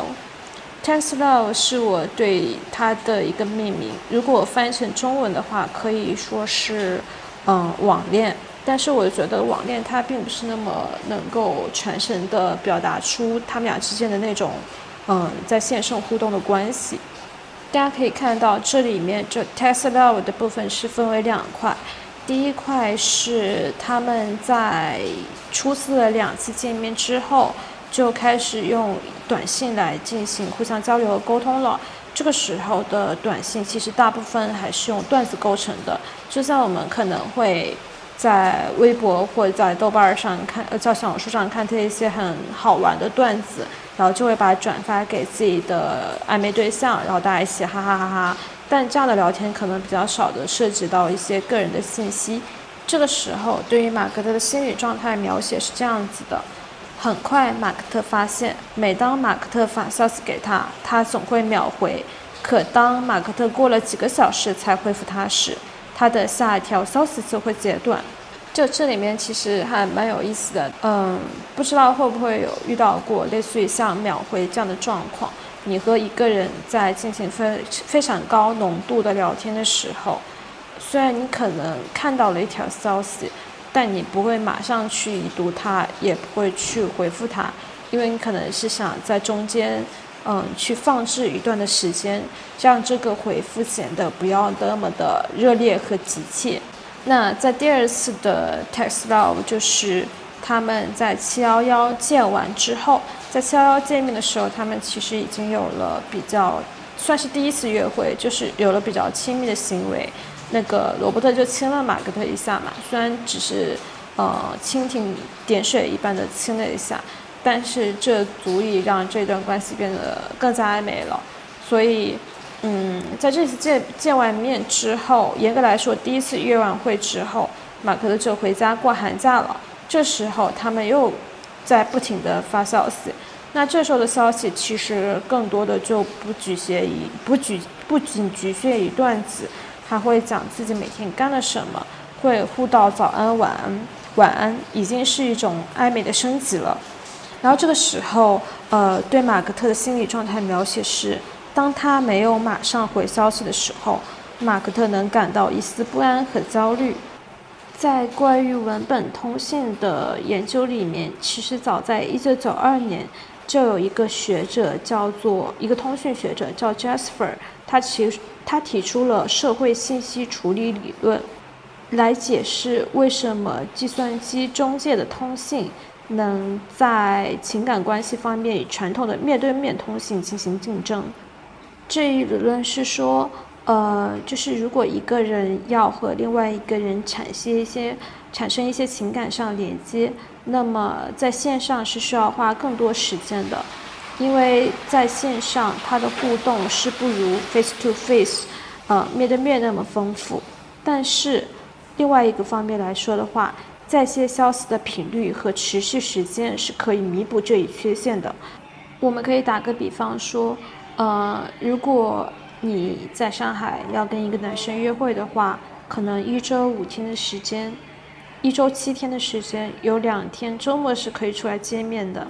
love。text love 是我对它的一个命名，如果我翻译成中文的话，可以说是网恋。但是我觉得网恋它并不是那么能够传神的表达出他们俩之间的那种在线上互动的关系。大家可以看到这里面就 text love 的部分是分为2块，第一块是他们在初次的2次见面之后就开始用短信来进行互相交流和沟通了。这个时候的短信其实大部分还是用段子构成的，就像我们可能会在微博或者在豆瓣上看在小红书上看这些很好玩的段子，然后就会把它转发给自己的暧昧对象，然后大家一起哈哈哈哈。但这样的聊天可能比较少的涉及到一些个人的信息。这个时候对于马格特的心理状态描写是这样子的：很快马克特发现，每当马克特发消息给他，他总会秒回，可当马克特过了几个小时才回复他时，他的下一条消息就会截断。就这里面其实还蛮有意思的，不知道会不会有遇到过类似于像秒回这样的状况。你和一个人在进行非常高浓度的聊天的时候，虽然你可能看到了一条消息，但你不会马上去已读它，也不会去回复它，因为你可能是想在中间去放置一段的时间，让这个回复显得不要那么的热烈和急切。那在第2次的 text love 就是他们在711见完之后，在711见面的时候，他们其实已经有了比较算是第1次约会，就是有了比较亲密的行为。那个罗伯特就亲了马格特一下嘛，虽然只是蜻蜓点水一般的亲了一下，但是这足以让这段关系变得更加暧昧了。所以在这次见完面之后，严格来说第1次约完会之后，马克特就回家过寒假了。这时候他们又在不停的发消息，那这时候的消息其实更多的就不仅局限于段子，还会讲自己每天干了什么，会互道早安晚安，已经是一种暧昧的升级了。然后这个时候对马格特的心理状态描写是，当他没有马上回消息的时候，马格特能感到一丝不安和焦虑。在关于文本通信的研究里面，其实早在1992年就有一个通讯学者叫 Jasper， 他提出了社会信息处理理论，来解释为什么计算机中介的通信能在情感关系方面与传统的面对面通信进行竞争。这一理论是说就是如果一个人要和另外一个人产生一些情感上连接，那么在线上是需要花更多时间的，因为在线上它的互动是不如 face to face 面对面那么丰富。但是另外一个方面来说的话，在线消息的频率和持续时间是可以弥补这一缺陷的。我们可以打个比方说如果你在上海要跟一个男生约会的话，可能1周5天的时间，1周7天的时间，有2天周末是可以出来见面的。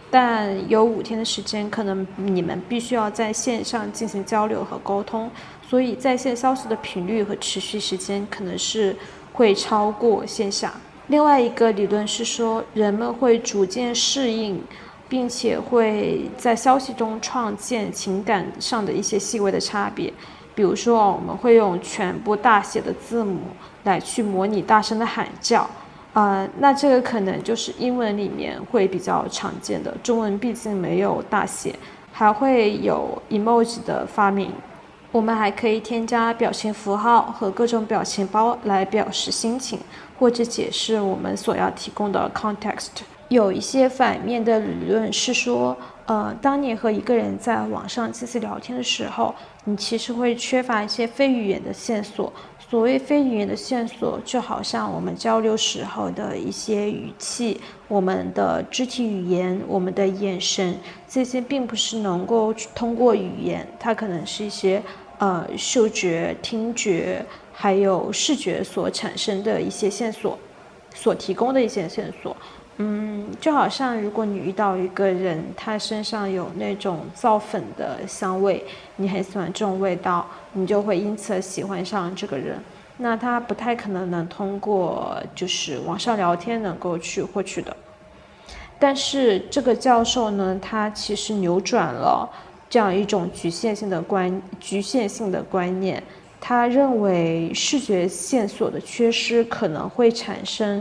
但有5天的时间，可能你们必须要在线上进行交流和沟通，所以在线消息的频率和持续时间可能是会超过线下。另外一个理论是说，人们会逐渐适应，并且会在消息中创建情感上的一些细微的差别。比如说，我们会用全部大写的字母来去模拟大声的喊叫，那这个可能就是英文里面会比较常见的，中文毕竟没有大写，还会有 emoji 的发明。我们还可以添加表情符号和各种表情包来表示心情，或者解释我们所要提供的 context。有一些反面的理论是说，当你和一个人在网上进行聊天的时候，你其实会缺乏一些非语言的线索。所谓非语言的线索，就好像我们交流时候的一些语气、我们的肢体语言、我们的眼神，这些并不是能够通过语言，它可能是一些嗅觉、听觉还有视觉所产生的一些线索，所提供的一些线索。就好像如果你遇到一个人，他身上有那种皂粉的香味，你很喜欢这种味道，你就会因此而喜欢上这个人。那他不太可能通过就是网上聊天能够去获取的。但是这个教授呢，他其实扭转了这样一种局限性的观念。他认为视觉线索的缺失可能会产生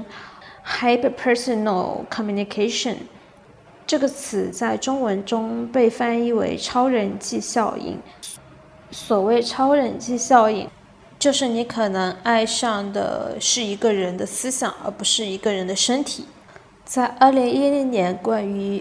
hyperpersonal communication， 这个词在中文中被翻译为超人际效应。所谓超人际效应，就是你可能爱上的是一个人的思想，而不是一个人的身体。在2010年关于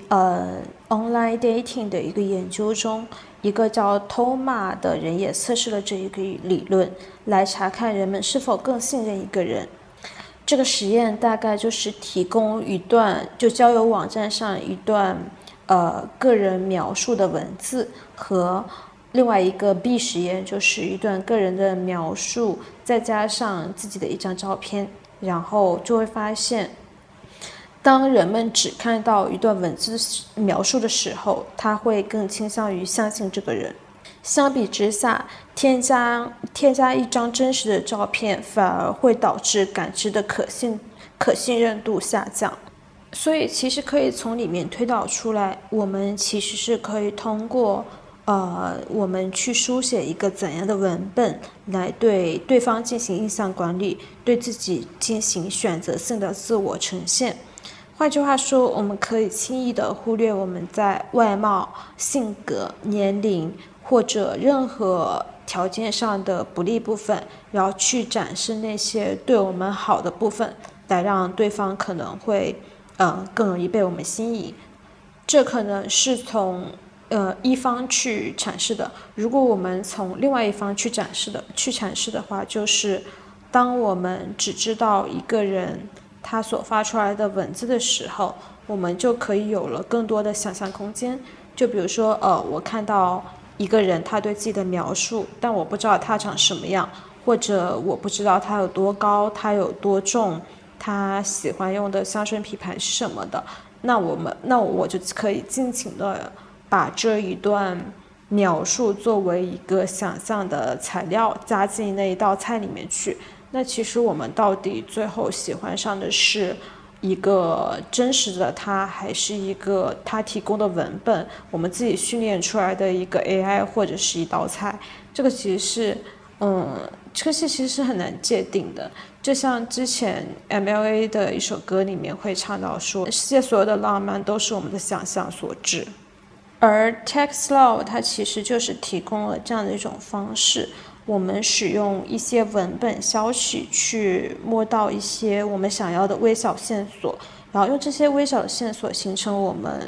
online dating 的一个研究中，一个叫 Toma 的人也测试了这一个理论，来查看人们是否更信任一个人。这个实验大概就是提供一段就交友网站上一段个人描述的文字，和另外一个 B 实验就是一段个人的描述再加上自己的一张照片，然后就会发现，当人们只看到一段文字描述的时候，他会更倾向于相信这个人。相比之下，添加一张真实的照片反而会导致感知的可信任度下降。所以其实可以从里面推导出来，我们其实是可以通过我们去书写一个怎样的文本来对对方进行印象管理，对自己进行选择性的自我呈现。换句话说，我们可以轻易地忽略我们在外貌、性格、年龄或者任何条件上的不利部分，然后去展示那些对我们好的部分，来让对方可能会更容易被我们吸引。这可能是从一方去阐释的。如果我们从另外一方去阐释的话，就是当我们只知道一个人他所发出来的文字的时候，我们就可以有了更多的想象空间。就比如说我看到一个人他对自己的描述，但我不知道他长什么样，或者我不知道他有多高，他有多重，他喜欢用的香水品牌是什么的，那我就可以尽情的把这一段描述作为一个想象的材料加进那一道菜里面去。那其实我们到底最后喜欢上的是一个真实的他，还是一个他提供的文本，我们自己训练出来的一个 AI 或者是一道菜？这个其实是很难界定的。就像之前 MLA 的一首歌里面会唱到说，世界所有的浪漫都是我们的想象所致。而 TextLove 它其实就是提供了这样的一种方式，我们使用一些文本消息去摸到一些我们想要的微小线索，然后用这些微小的线索形成我们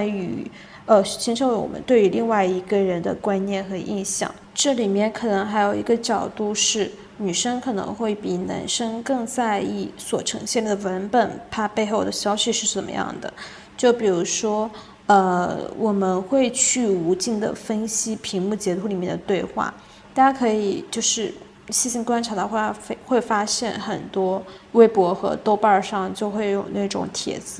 对于另外一个人的观念和印象。这里面可能还有一个角度是，女生可能会比男生更在意所呈现的文本，它背后的消息是怎么样的。就比如说我们会去无尽的分析屏幕截图里面的对话，大家可以就是细心观察的话，会发现很多微博和豆瓣上就会有那种帖子，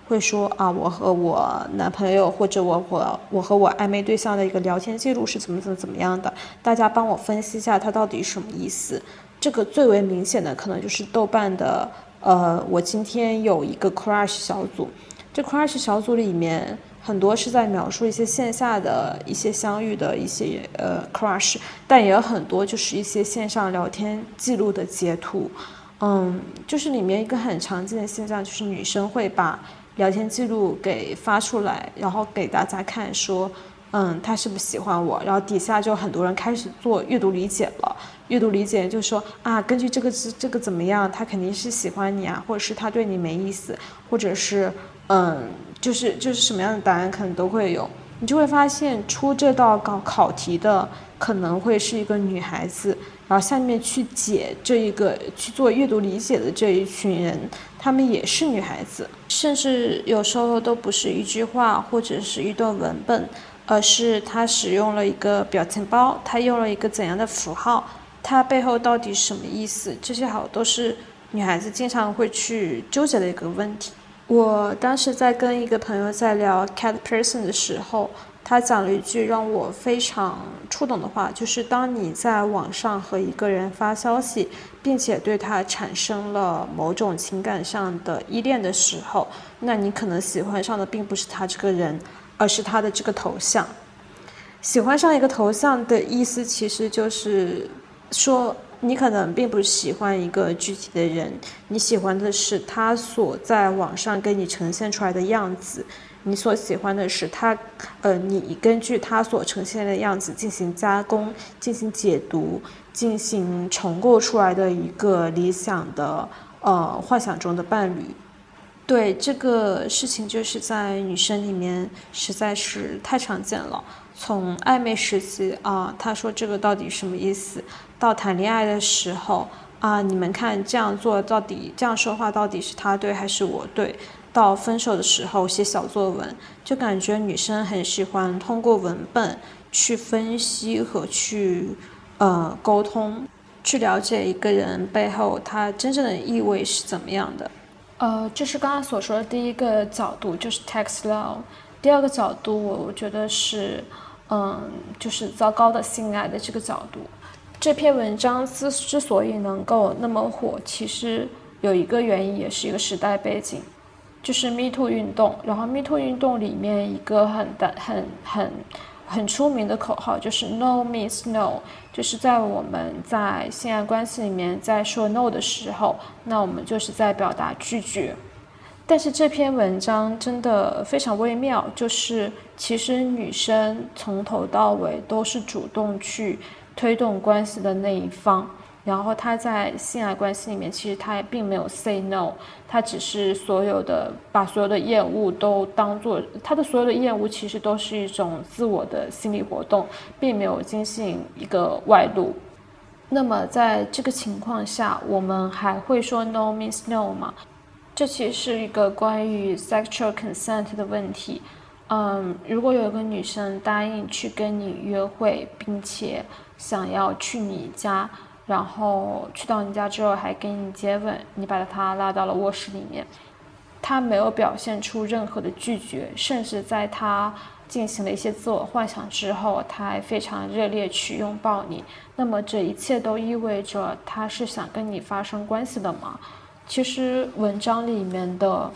会说啊，我和我男朋友或者我和我暧昧对象的一个聊天记录是怎么样的，大家帮我分析一下它到底什么意思。这个最为明显的可能就是豆瓣的我今天有一个 crush 小组，这 crush 小组里面很多是在描述一些线下的一些相遇的一些crush， 但也有很多就是一些线上聊天记录的截图。就是里面一个很常见的现象就是女生会把聊天记录给发出来，然后给大家看说他是不是喜欢我，然后底下就很多人开始做阅读理解了。阅读理解就说啊，根据这个怎么样，他肯定是喜欢你啊，或者是他对你没意思，或者是就是什么样的答案可能都会有。你就会发现出这道考题的可能会是一个女孩子，然后下面去解这一个去做阅读理解的这一群人，她们也是女孩子，甚至有时候都不是一句话或者是一段文本，而是她使用了一个表情包，她用了一个怎样的符号，它背后到底什么意思，这些好都是女孩子经常会去纠结的一个问题。我当时在跟一个朋友在聊 cat person 的时候，他讲了一句让我非常触动的话，就是当你在网上和一个人发消息，并且对他产生了某种情感上的依恋的时候，那你可能喜欢上的并不是他这个人，而是他的这个头像。喜欢上一个头像的意思其实就是说你可能并不喜欢一个具体的人，你喜欢的是他所在网上给你呈现出来的样子，你所喜欢的是他你根据他所呈现的样子进行加工，进行解读，进行重构出来的一个理想的幻想中的伴侣。对，这个事情就是在女生里面实在是太常见了。从暧昧时期啊，他说这个到底什么意思，到谈恋爱的时候啊，你们看这样做到底，这样说话到底是他对还是我对，到分手的时候写小作文，就感觉女生很喜欢通过文本去分析和去沟通，去了解一个人背后他真正的意味是怎么样的。这是刚刚所说的第一个角度，就是 text love。第二个角度，我觉得是，就是糟糕的性爱的这个角度。这篇文章之所以能够那么火，其实有一个原因，也是一个时代背景，就是 Me Too 运动。然后 Me Too 运动里面一个很出名的口号就是 No means no， 就是在我们在性爱关系里面在说 no 的时候，那我们就是在表达拒绝。但是这篇文章真的非常微妙，就是其实女生从头到尾都是主动去推动关系的那一方，然后她在性爱关系里面其实她也并没有 say no， 她只是把所有的厌恶都当做她的所有的厌恶其实都是一种自我的心理活动，并没有进行一个外露。那么在这个情况下，我们还会说 no means no 吗？这其实是一个关于 sexual consent 的问题。如果有一个女生答应去跟你约会，并且想要去你家，然后去到你家之后还给你接吻，你把她拉到了卧室里面，她没有表现出任何的拒绝，甚至在她进行了一些自我幻想之后，她还非常热烈去拥抱你。那么这一切都意味着她是想跟你发生关系的吗？其实文章里面的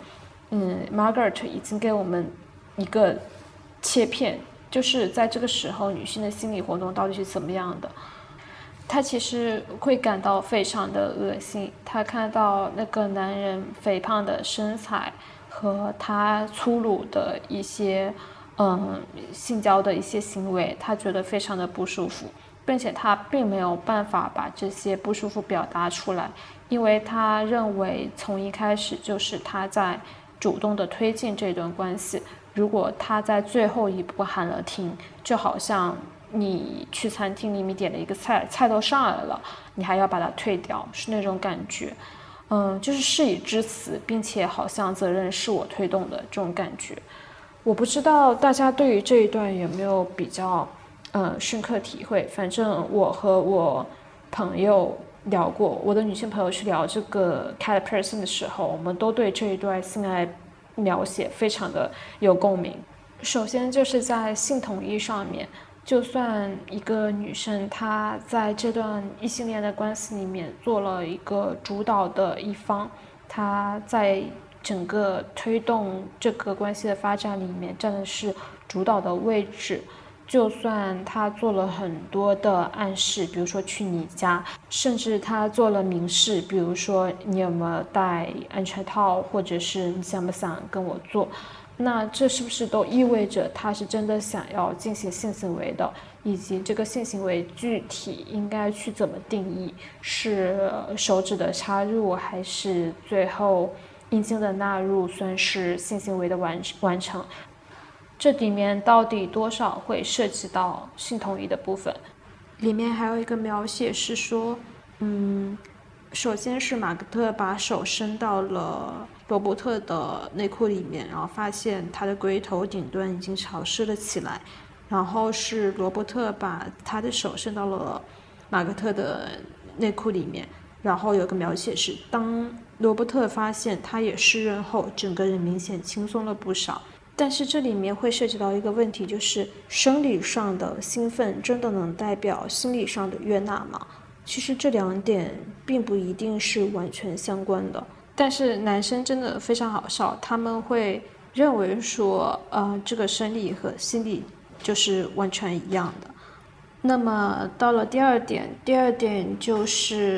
Margaret 已经给我们一个切片，就是在这个时候女性的心理活动到底是怎么样的。她其实会感到非常的恶心，她看到那个男人肥胖的身材和他粗鲁的一些性交的一些行为，她觉得非常的不舒服，并且她并没有办法把这些不舒服表达出来，因为她认为从一开始就是她在主动的推进这段关系，如果她在最后一步喊了停，就好像你去餐厅里面点了一个菜都上来了，你还要把它退掉，是那种感觉。就是事已至此，并且好像责任是我推动的这种感觉。我不知道大家对于这一段有没有比较深刻体会。反正我和我朋友聊过，我的女性朋友去聊这个 cat person 的时候，我们都对这一段性爱描写非常的有共鸣。首先就是在性统一上面，就算一个女生她在这段异性恋的关系里面做了一个主导的一方，她在整个推动这个关系的发展里面占的是主导的位置，就算他做了很多的暗示，比如说去你家，甚至他做了明示，比如说你有没有戴安全套，或者是你想不想跟我做，那这是不是都意味着他是真的想要进行性行为的，以及这个性行为具体应该去怎么定义，是手指的插入，还是最后阴茎的纳入算是性行为的完成？这里面到底多少会涉及到性同意的部分？里面还有一个描写是说，首先是马格特把手伸到了罗伯特的内裤里面，然后发现他的龟头顶端已经潮湿了起来，然后是罗伯特把他的手伸到了马格特的内裤里面，然后有个描写是，当罗伯特发现他也湿润后，整个人明显轻松了不少。但是这里面会涉及到一个问题，就是生理上的兴奋真的能代表心理上的悦纳吗？其实这两点并不一定是完全相关的。但是男生真的非常好笑，他们会认为说，这个生理和心理就是完全一样的。那么到了第二点就是，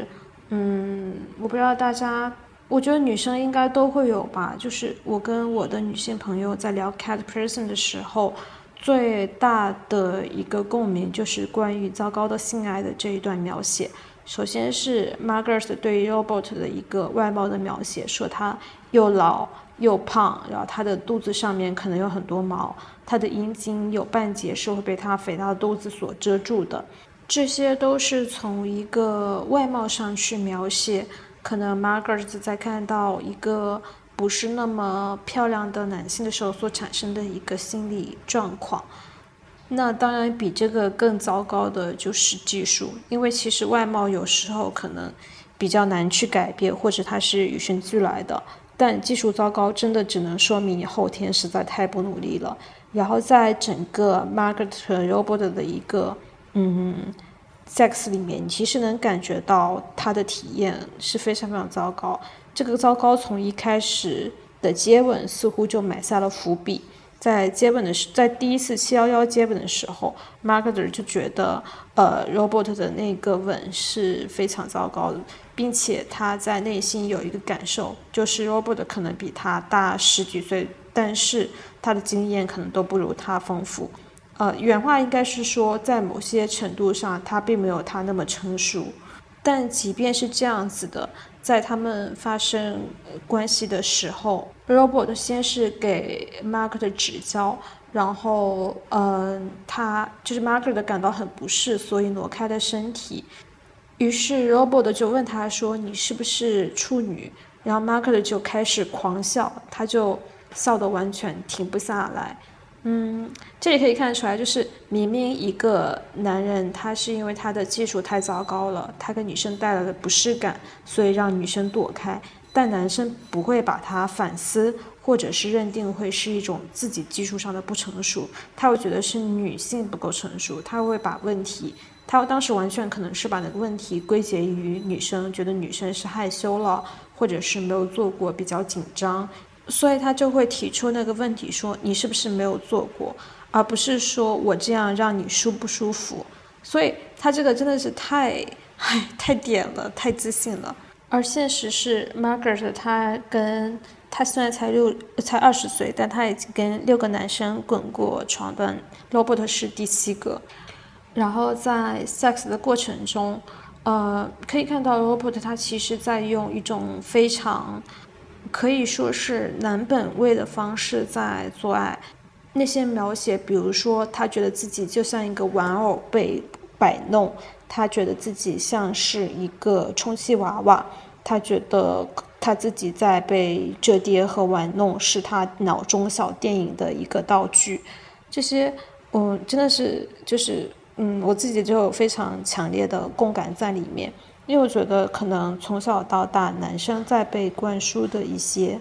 我不知道大家。我觉得女生应该都会有吧，就是我跟我的女性朋友在聊 cat person 的时候，最大的一个共鸣就是关于糟糕的性爱的这一段描写。首先是 Margaret 对于 Robert 的一个外貌的描写，说他又老又胖，然后他的肚子上面可能有很多毛，他的阴茎有半截是会被他肥大的肚子所遮住的。这些都是从一个外貌上去描写可能 Margaret 在看到一个不是那么漂亮的男性的时候所产生的一个心理状况。那当然比这个更糟糕的就是技术，因为其实外貌有时候可能比较难去改变，或者它是与生俱来的，但技术糟糕真的只能说明你后天实在太不努力了。然后在整个 Margaret 和 Robert 的一个sex 里面，你其实能感觉到他的体验是非常非常糟糕。这个糟糕从一开始的接吻似乎就埋下了伏笔。在第一次711接吻的时候 Margaret 就觉得Robert 的那个吻是非常糟糕的，并且他在内心有一个感受，就是 Robert 可能比他大10几岁，但是他的经验可能都不如他丰富。原话应该是说，在某些程度上他并没有他那么成熟，但即便是这样子的，在他们发生关系的时候 Robert 先是给 Margaret 指教，然后他就是 Margaret 感到很不适，所以挪开了身体。于是 Robert 就问他说，你是不是处女？然后 Margaret 就开始狂笑，他就笑得完全停不下来。这里可以看出来，就是明明一个男人他是因为他的技术太糟糕了，他给女生带来了不适感，所以让女生躲开，但男生不会把他反思，或者是认定会是一种自己技术上的不成熟，他会觉得是女性不够成熟，他会把问题，他当时完全可能是把那个问题归结于女生，觉得女生是害羞了，或者是没有做过，比较紧张，所以他就会提出那个问题，说你是不是没有做过，而不是说我这样让你舒不舒服。所以他这个真的是太点了，太自信了。而现实是 Margaret 他虽然才20岁，但他已经跟6个男生滚过床段， Robert 是第7个。然后在 sex 的过程中可以看到 Robert 他其实在用一种非常可以说是男本位的方式在做爱。那些描写，比如说他觉得自己就像一个玩偶被摆弄，他觉得自己像是一个充气娃娃，他觉得他自己在被折叠和玩弄，是他脑中小电影的一个道具。这些真的是就是我自己就有非常强烈的共感在里面，因为我觉得可能从小到大男生在被灌输的一些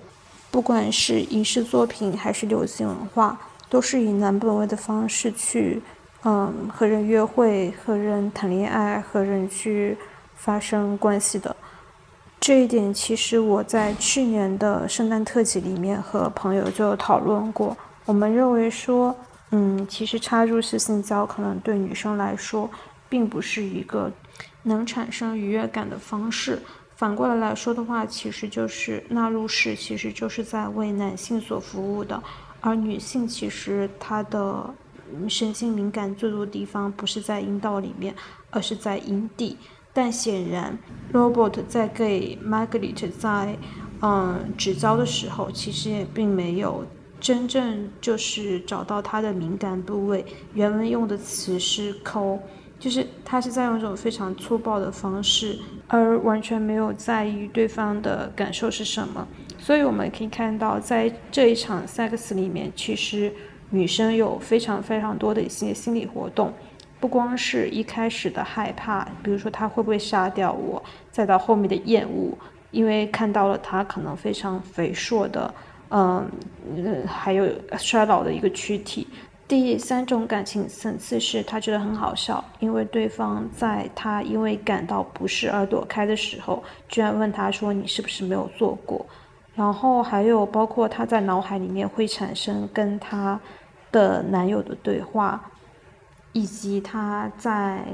不管是影视作品还是流行文化，都是以男本位的方式去和人约会、和人谈恋爱、和人去发生关系的。这一点其实我在去年的圣诞特辑里面和朋友就有讨论过。我们认为说，其实插入式性交可能对女生来说，并不是一个能产生愉悦感的方式。反过来说的话，其实就是纳入式，其实就是在为男性所服务的，而女性其实她的神经敏感最多的地方不是在阴道里面，而是在阴蒂。但显然 Robert 在给 Margaret 在指交的时候，其实也并没有真正就是找到他的敏感部位。原文用的词是抠，就是他是在用一种非常粗暴的方式，而完全没有在意对方的感受是什么。所以我们可以看到，在这一场 sex 里面，其实女生有非常非常多的一些心理活动。不光是一开始的害怕，比如说他会不会杀掉我，再到后面的厌恶，因为看到了他可能非常肥硕的，还有衰老的一个躯体。第三种感情层次是他觉得很好笑，因为对方在他因为感到不适而躲开的时候，居然问他说你是不是没有做过。然后还有包括他在脑海里面会产生跟他的男友的对话，以及他在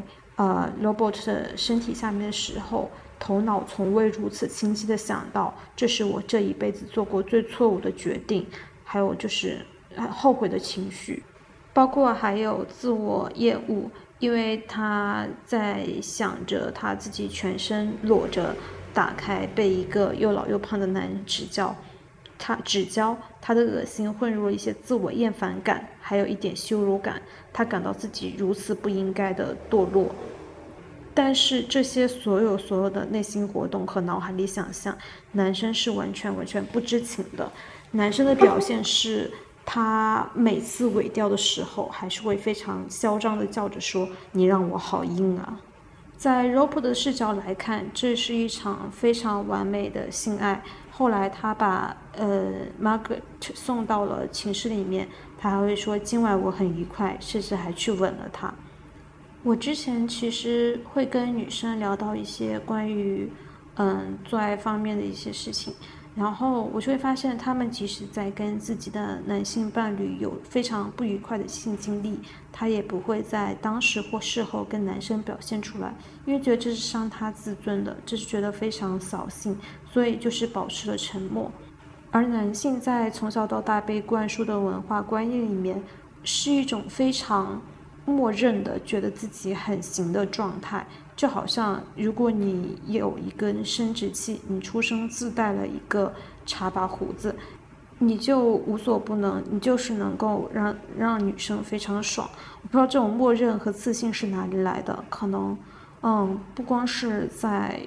Robert 的身体下面的时候，头脑从未如此清晰的想到，这是我这一辈子做过最错误的决定，还有就是后悔的情绪，包括还有自我厌恶，因为他在想着他自己全身裸着打开，被一个又老又胖的男人指教，他的恶心混入了一些自我厌烦感，还有一点羞辱感，他感到自己如此不应该的堕落。但是这些所有的内心活动和脑海里想象，男生是完全不知情的。男生的表现是，他每次尾调的时候，还是会非常嚣张的叫着说：“你让我好硬啊！”在 Robert 的视角来看，这是一场非常完美的性爱。后来他把Margaret 送到了寝室里面，他还会说今晚我很愉快，甚至还去吻了她。我之前其实会跟女生聊到一些关于做爱方面的一些事情，然后我就会发现他们即使在跟自己的男性伴侣有非常不愉快的性经历，他也不会在当时或事后跟男生表现出来，因为觉得这是伤他自尊的，这是觉得非常扫兴，所以就是保持了沉默。而男性在从小到大被灌输的文化观念里面，是一种非常默认的觉得自己很行的状态，就好像如果你有一根生殖器，你出生自带了一个插把胡子，你就无所不能，你就是能够让女生非常爽。我不知道这种默认和自信是哪里来的，可能不光是在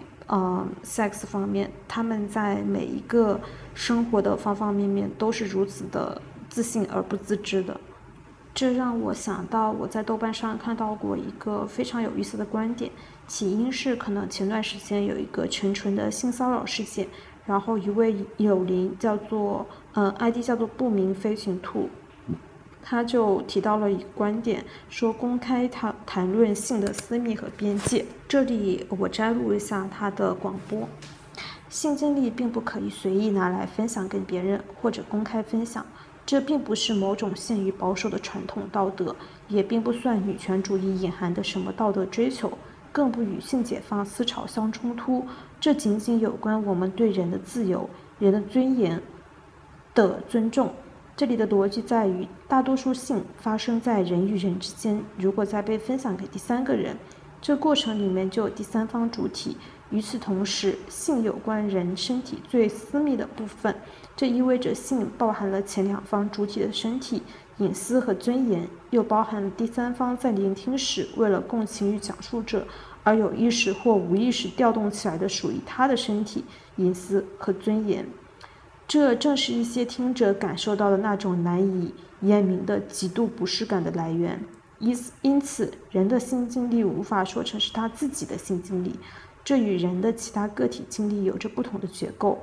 sex 方面，他们在每一个生活的方方面面都是如此的自信而不自知的。这让我想到我在豆瓣上看到过一个非常有意思的观点，起因是可能前段时间有一个纯的性骚扰事件，然后一位友邻叫做ID 叫做不明飞行兔，他就提到了一个观点，说公开谈论性的私密和边界。这里我摘录一下他的广播：性经历并不可以随意拿来分享给别人或者公开分享，这并不是某种限于保守的传统道德，也并不算女权主义隐含的什么道德追求，更不与性解放思潮相冲突。这仅仅有关我们对人的自由、人的尊严的尊重。这里的逻辑在于，大多数性发生在人与人之间，如果再被分享给第三个人，这过程里面就有第三方主体。与此同时，性有关人身体最私密的部分，这意味着性包含了前两方主体的身体、隐私和尊严，又包含了第三方在聆听时为了共情与讲述者而有意识或无意识调动起来的属于他的身体、隐私和尊严。这正是一些听者感受到的那种难以言明的极度不适感的来源。因此，人的性经历无法说成是他自己的性经历，这与人的其他个体经历有着不同的结构。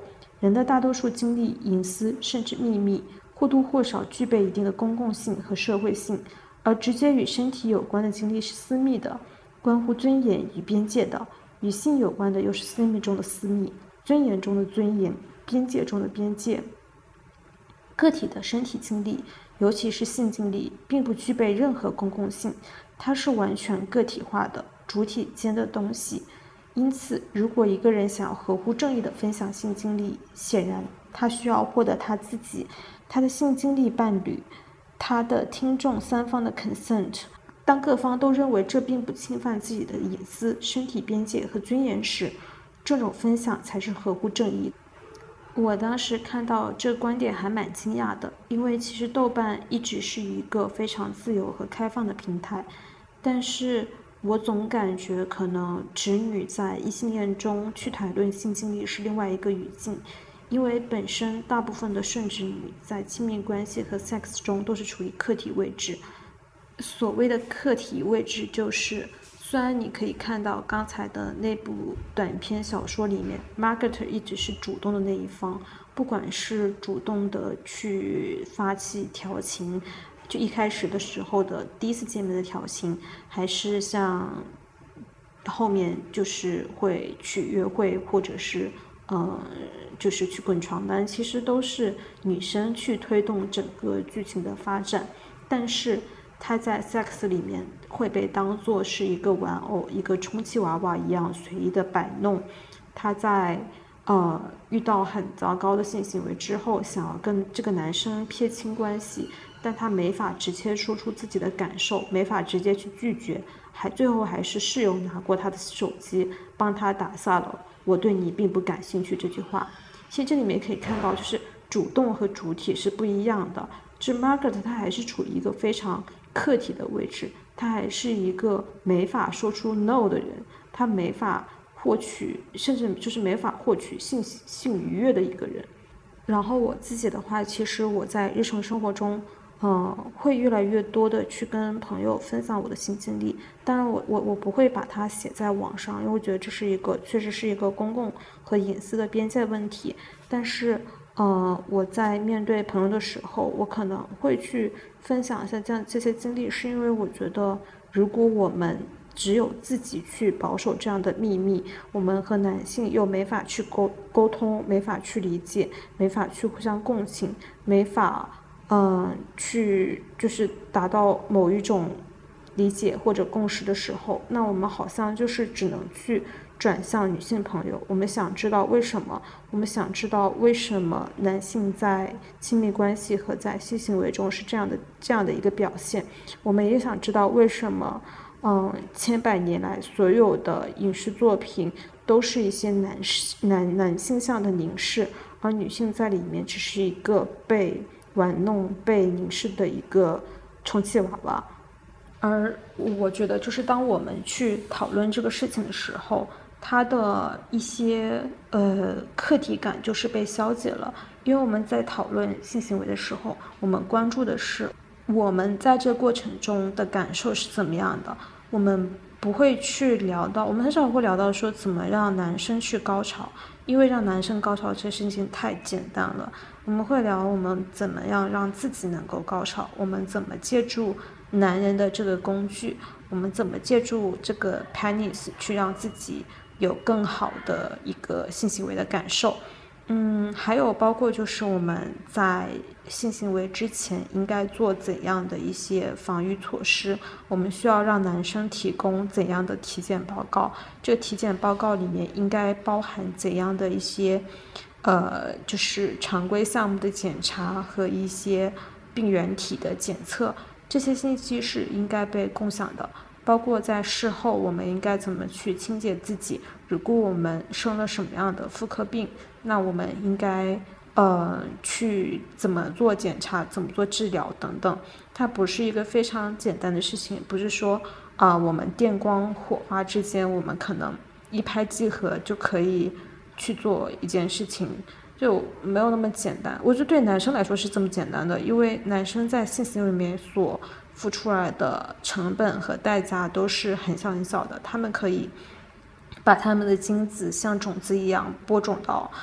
人的大多数经历、隐私甚至秘密，或多或少具备一定的公共性和社会性，而直接与身体有关的经历是私密的，关乎尊严与边界的；与性有关的又是私密中的私密，尊严中的尊严，边界中的边界。个体的身体经历，尤其是性经历，并不具备任何公共性，它是完全个体化的主体间的东西。因此，如果一个人想要合乎正义地分享性经历，显然他需要获得他自己、他的性经历伴侣、他的听众三方的 consent。当各方都认为这并不侵犯自己的隐私、身体边界和尊严时，这种分享才是合乎正义。我当时看到这个观点还蛮惊讶的，因为其实豆瓣一直是一个非常自由和开放的平台，但是我总感觉可能直女在异性恋中去谈论性经历是另外一个语境，因为本身大部分的顺直女在亲密关系和 sex 中都是处于客体位置。所谓的客体位置就是，虽然你可以看到刚才的那部短篇小说里面 Margaret 一直是主动的那一方，不管是主动的去发起调情，就一开始的时候的第一次见面的调情，还是像后面就是会去约会，或者是就是去滚床单，其实都是女生去推动整个剧情的发展，但是他在 sex 里面会被当作是一个玩偶，一个充气娃娃一样随意的摆弄。他在遇到很糟糕的性行为之后，想要跟这个男生撇清关系，但他没法直接说出自己的感受，没法直接去拒绝，最后还是室友拿过他的手机，帮他打下了"我对你并不感兴趣"这句话。其实这里面可以看到，就是主动和主体是不一样的。这 Margaret 她还是处于一个非常客体的位置，她还是一个没法说出 no 的人，她没法获取，甚至就是没法获取性愉悦的一个人。然后我自己的话，其实我在日常生活中会越来越多的去跟朋友分享我的性经历，当然我不会把它写在网上，因为我觉得这是确实是一个公共和隐私的边界问题。但是我在面对朋友的时候，我可能会去分享一下这些经历，是因为我觉得如果我们只有自己去保守这样的秘密，我们和男性又没法去沟通，没法去理解，没法去互相共情，没法去就是达到某一种理解或者共识的时候，那我们好像就是只能去转向女性朋友。我们想知道为什么，我们想知道为什么男性在亲密关系和在性行为中是这样的一个表现。我们也想知道为什么千百年来所有的影视作品都是一些男性向的凝视，而女性在里面只是一个被玩弄、被凝视的一个充气娃娃。而我觉得就是当我们去讨论这个事情的时候，它的一些课题感就是被消解了。因为我们在讨论性行为的时候，我们关注的是我们在这过程中的感受是怎么样的，我们不会去聊到，我们很少会聊到说怎么让男生去高潮，因为让男生高潮这事情太简单了。我们会聊我们怎么样让自己能够高潮，我们怎么借助男人的这个工具，我们怎么借助这个 penis 去让自己有更好的一个性行为的感受。还有包括就是我们在性行为之前应该做怎样的一些防御措施，我们需要让男生提供怎样的体检报告，这个体检报告里面应该包含怎样的一些就是常规项目的检查和一些病原体的检测，这些信息是应该被共享的。包括在事后我们应该怎么去清洁自己，如果我们生了什么样的妇科病，那我们应该去怎么做检查，怎么做治疗等等。它不是一个非常简单的事情，不是说我们电光火花之间我们可能一拍即合就可以去做一件事情，就没有那么简单。我觉得对男生来说是这么简单的，因为男生在性行为里面所付出来的成本和代价都是很小很小的，他们可以把他们的精子像种子一样播种到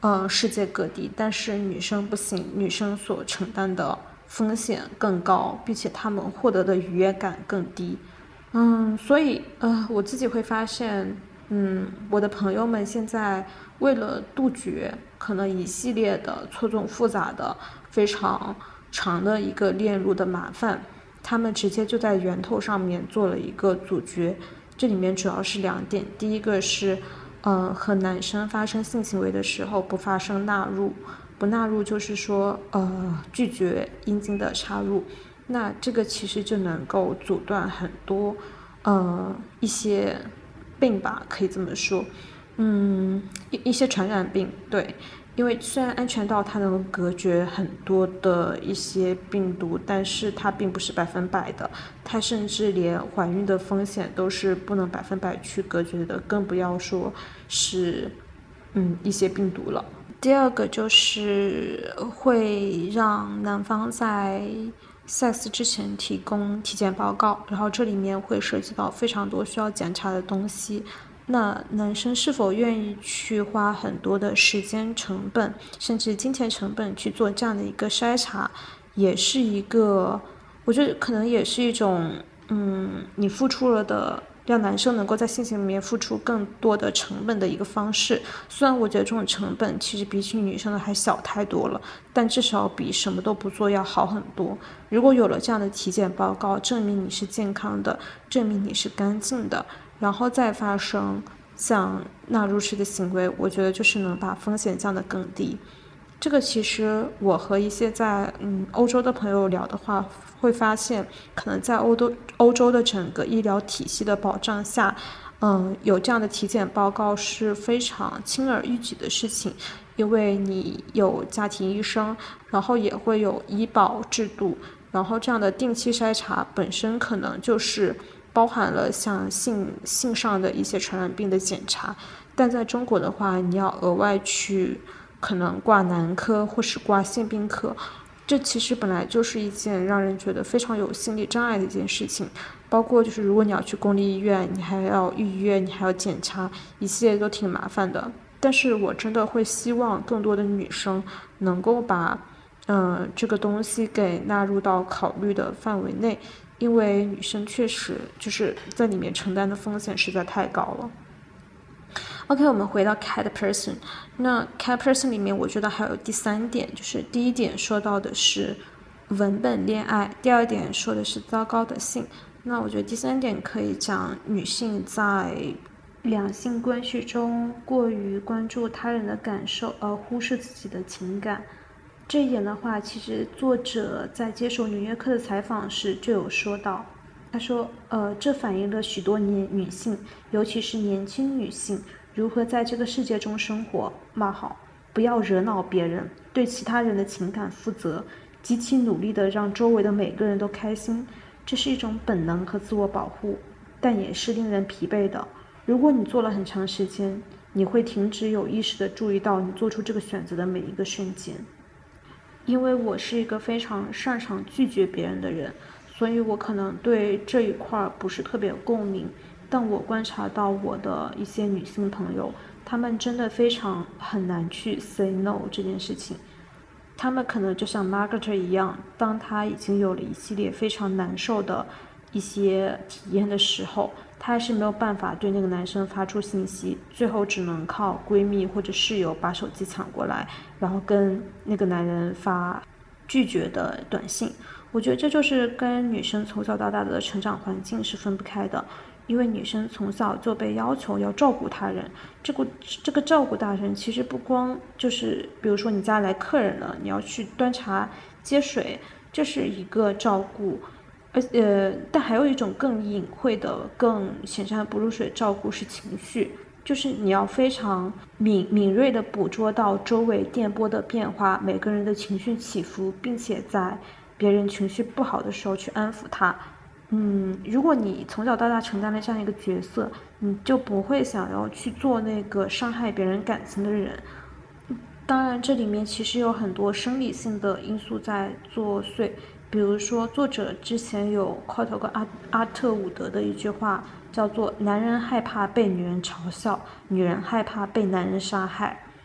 世界各地，但是女生不行，女生所承担的风险更高，并且她们获得的愉悦感更低。所以我自己会发现，我的朋友们现在为了杜绝可能一系列的错综复杂的、非常长的一个链路的麻烦，他们直接就在源头上面做了一个阻绝。这里面主要是2点，第一个是，和男生发生性行为的时候不发生纳入，不纳入就是说，拒绝阴茎的插入。那这个其实就能够阻断很多，一些病吧，可以这么说，一些传染病，对，因为虽然安全套它能隔绝很多的一些病毒，但是它并不是100%的，它甚至连怀孕的风险都是不能100%去隔绝的，更不要说是一些病毒了。第二个就是会让男方在sex 之前提供体检报告，然后这里面会涉及到非常多需要检查的东西。那男生是否愿意去花很多的时间成本，甚至金钱成本去做这样的一个筛查，也是一个，我觉得可能也是一种，你付出了的，让男生能够在性行为里面付出更多的成本的一个方式。虽然我觉得这种成本其实比起女生的还小太多了，但至少比什么都不做要好很多。如果有了这样的体检报告，证明你是健康的，证明你是干净的，然后再发生像纳入式的行为，我觉得就是能把风险降得更低。这个其实我和一些在欧洲的朋友聊的话，会发现可能在欧洲的整个医疗体系的保障下，有这样的体检报告是非常轻而易举的事情，因为你有家庭医生，然后也会有医保制度，然后这样的定期筛查本身可能就是包含了像性上的一些传染病的检查，但在中国的话，你要额外去可能挂男科或是挂性病科，这其实本来就是一件让人觉得非常有心理障碍的一件事情。包括就是如果你要去公立医院，你还要预约，你还要检查，一系列都挺麻烦的。但是我真的会希望更多的女生能够把这个东西给纳入到考虑的范围内，因为女生确实就是在里面承担的风险实在太高了。OK， 我们回到 cat person。那 cat person 里面，我觉得还有第3点，就是第1点说到的是文本恋爱，第2点说的是糟糕的性。那我觉得第3点可以讲女性在两性关系中过于关注他人的感受，而忽视自己的情感。这一点的话，其实作者在接受《纽约客》的采访时就有说到，他说，这反映了许多女性，尤其是年轻女性，如何在这个世界中生活。不要惹恼别人，对其他人的情感负责，极其努力地让周围的每个人都开心。这是一种本能和自我保护，但也是令人疲惫的。如果你做了很长时间，你会停止有意识地注意到你做出这个选择的每一个瞬间。因为我是一个非常擅长拒绝别人的人，所以我可能对这一块不是特别有共鸣，但我观察到我的一些女性朋友，她们真的很难去 say no 这件事情。她们可能就像 Margaret 一样，当她已经有了一系列非常难受的一些体验的时候，她还是没有办法对那个男生发出信息，最后只能靠闺蜜或者室友把手机抢过来，然后跟那个男人发拒绝的短信。我觉得这就是跟女生从小到大的成长环境是分不开的，因为女生从小就被要求要照顾他人，这个照顾大人其实不光就是比如说你家来客人了，你要去端茶接水，这是一个照顾，但还有一种更隐晦的、更显山不露水的照顾是情绪，就是你要非常敏锐地捕捉到周围电波的变化，每个人的情绪起伏，并且在别人情绪不好的时候去安抚他。如果你从小到大承担了这样一个角色，你就不会想要去做那个伤害别人感情的人。当然，这里面其实有很多生理性的因素在作祟，比如说作者之前有 quote 过阿特伍德的一句话，叫做"男人害怕被女人嘲笑，女人害怕被男人杀害"。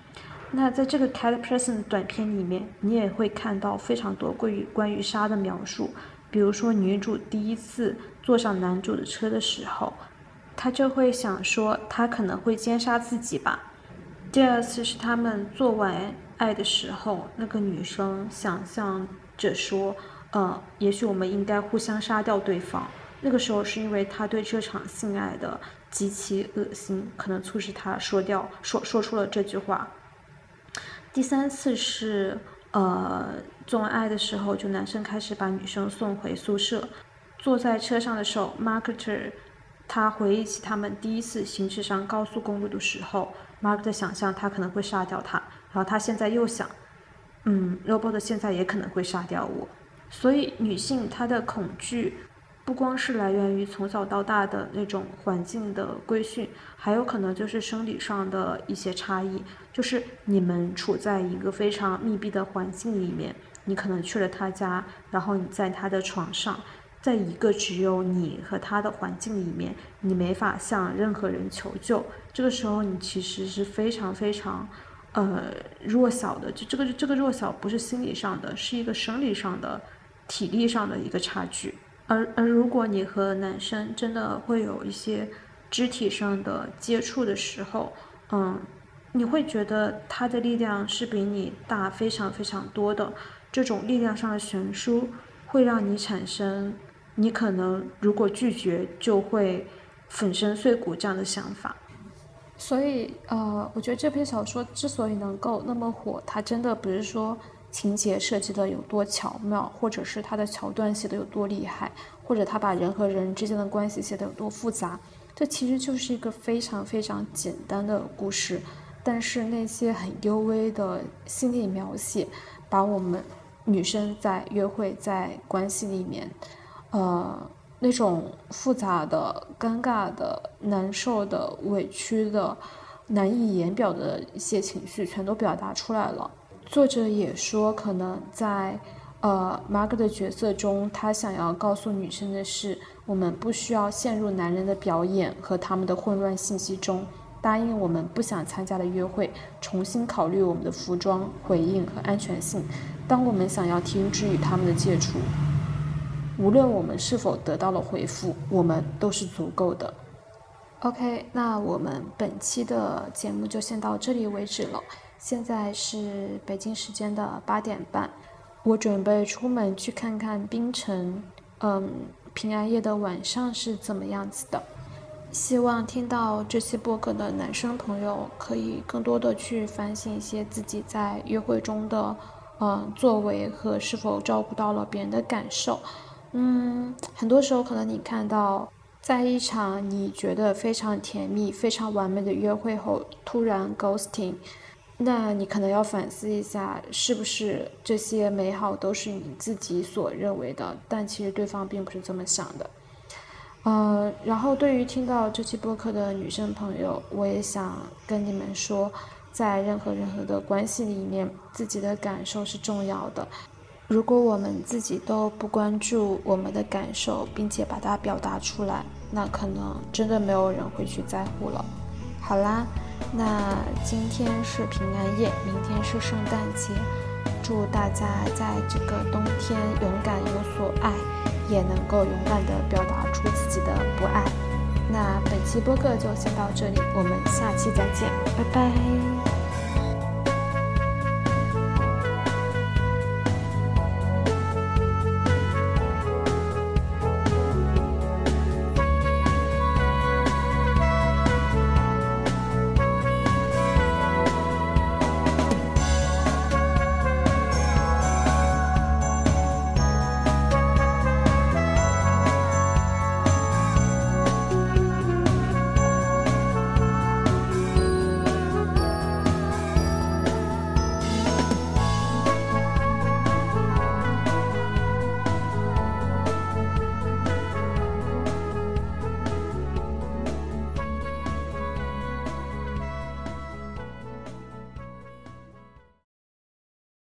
那在这个 Cat Person 短片里面，你也会看到非常多关于杀的描述，比如说女主第一次坐上男主的车的时候，她就会想说他可能会奸杀自己吧。第二次是他们做完爱的时候，那个女生想象着说，也许我们应该互相杀掉对方。那个时候是因为她对这场性爱的极其恶心，可能促使她说出了这句话。第三次是做完爱的时候，就男生开始把女生送回宿舍。坐在车上的时候 Margaret 他回忆起他们第一次行驶上高速公路的时候， Margaret 想象他可能会杀掉他，然后他现在又想Robert 现在也可能会杀掉我。所以女性她的恐惧不光是来源于从小到大的那种环境的规训，还有可能就是生理上的一些差异，就是你们处在一个非常密闭的环境里面，你可能去了他家，然后你在他的床上，在一个只有你和他的环境里面，你没法向任何人求救，这个时候你其实是非常非常弱小的。就这个弱小不是心理上的，是一个生理上的体力上的一个差距。而如果你和男生真的会有一些肢体上的接触的时候，你会觉得他的力量是比你大非常非常多的，这种力量上的悬殊会让你产生你可能如果拒绝就会粉身碎骨这样的想法。所以我觉得这篇小说之所以能够那么火，它真的不是说情节设计的有多巧妙，或者是它的桥段写的有多厉害，或者他把人和人之间的关系写的有多复杂，这其实就是一个非常非常简单的故事，但是那些很幽微的心理描写，把我们女生在约会在关系里面那种复杂的尴尬的难受的委屈的难以言表的一些情绪全都表达出来了。作者也说，可能在Margaret 的角色中，他想要告诉女生的是，我们不需要陷入男人的表演和他们的混乱信息中，答应我们不想参加的约会，重新考虑我们的服装、回应和安全性。当我们想要停止与他们的接触，无论我们是否得到了回复，我们都是足够的。OK， 那我们本期的节目就先到这里为止了。现在是北京时间的8点半，我准备出门去看看槟城，平安夜的晚上是怎么样子的。希望听到这期播客的男生朋友可以更多的去反省一些自己在约会中的作为和是否照顾到了别人的感受。很多时候可能你看到在一场你觉得非常甜蜜非常完美的约会后突然 ghosting， 那你可能要反思一下，是不是这些美好都是你自己所认为的，但其实对方并不是这么想的。然后对于听到这期播客的女生朋友，我也想跟你们说，在任何的关系里面，自己的感受是重要的。如果我们自己都不关注我们的感受，并且把它表达出来，那可能真的没有人会去在乎了。好啦，那今天是平安夜，明天是圣诞节，祝大家在这个冬天勇敢有所爱，也能够勇敢地表达出自己的不爱。那本期播客就先到这里，我们下期再见，拜拜。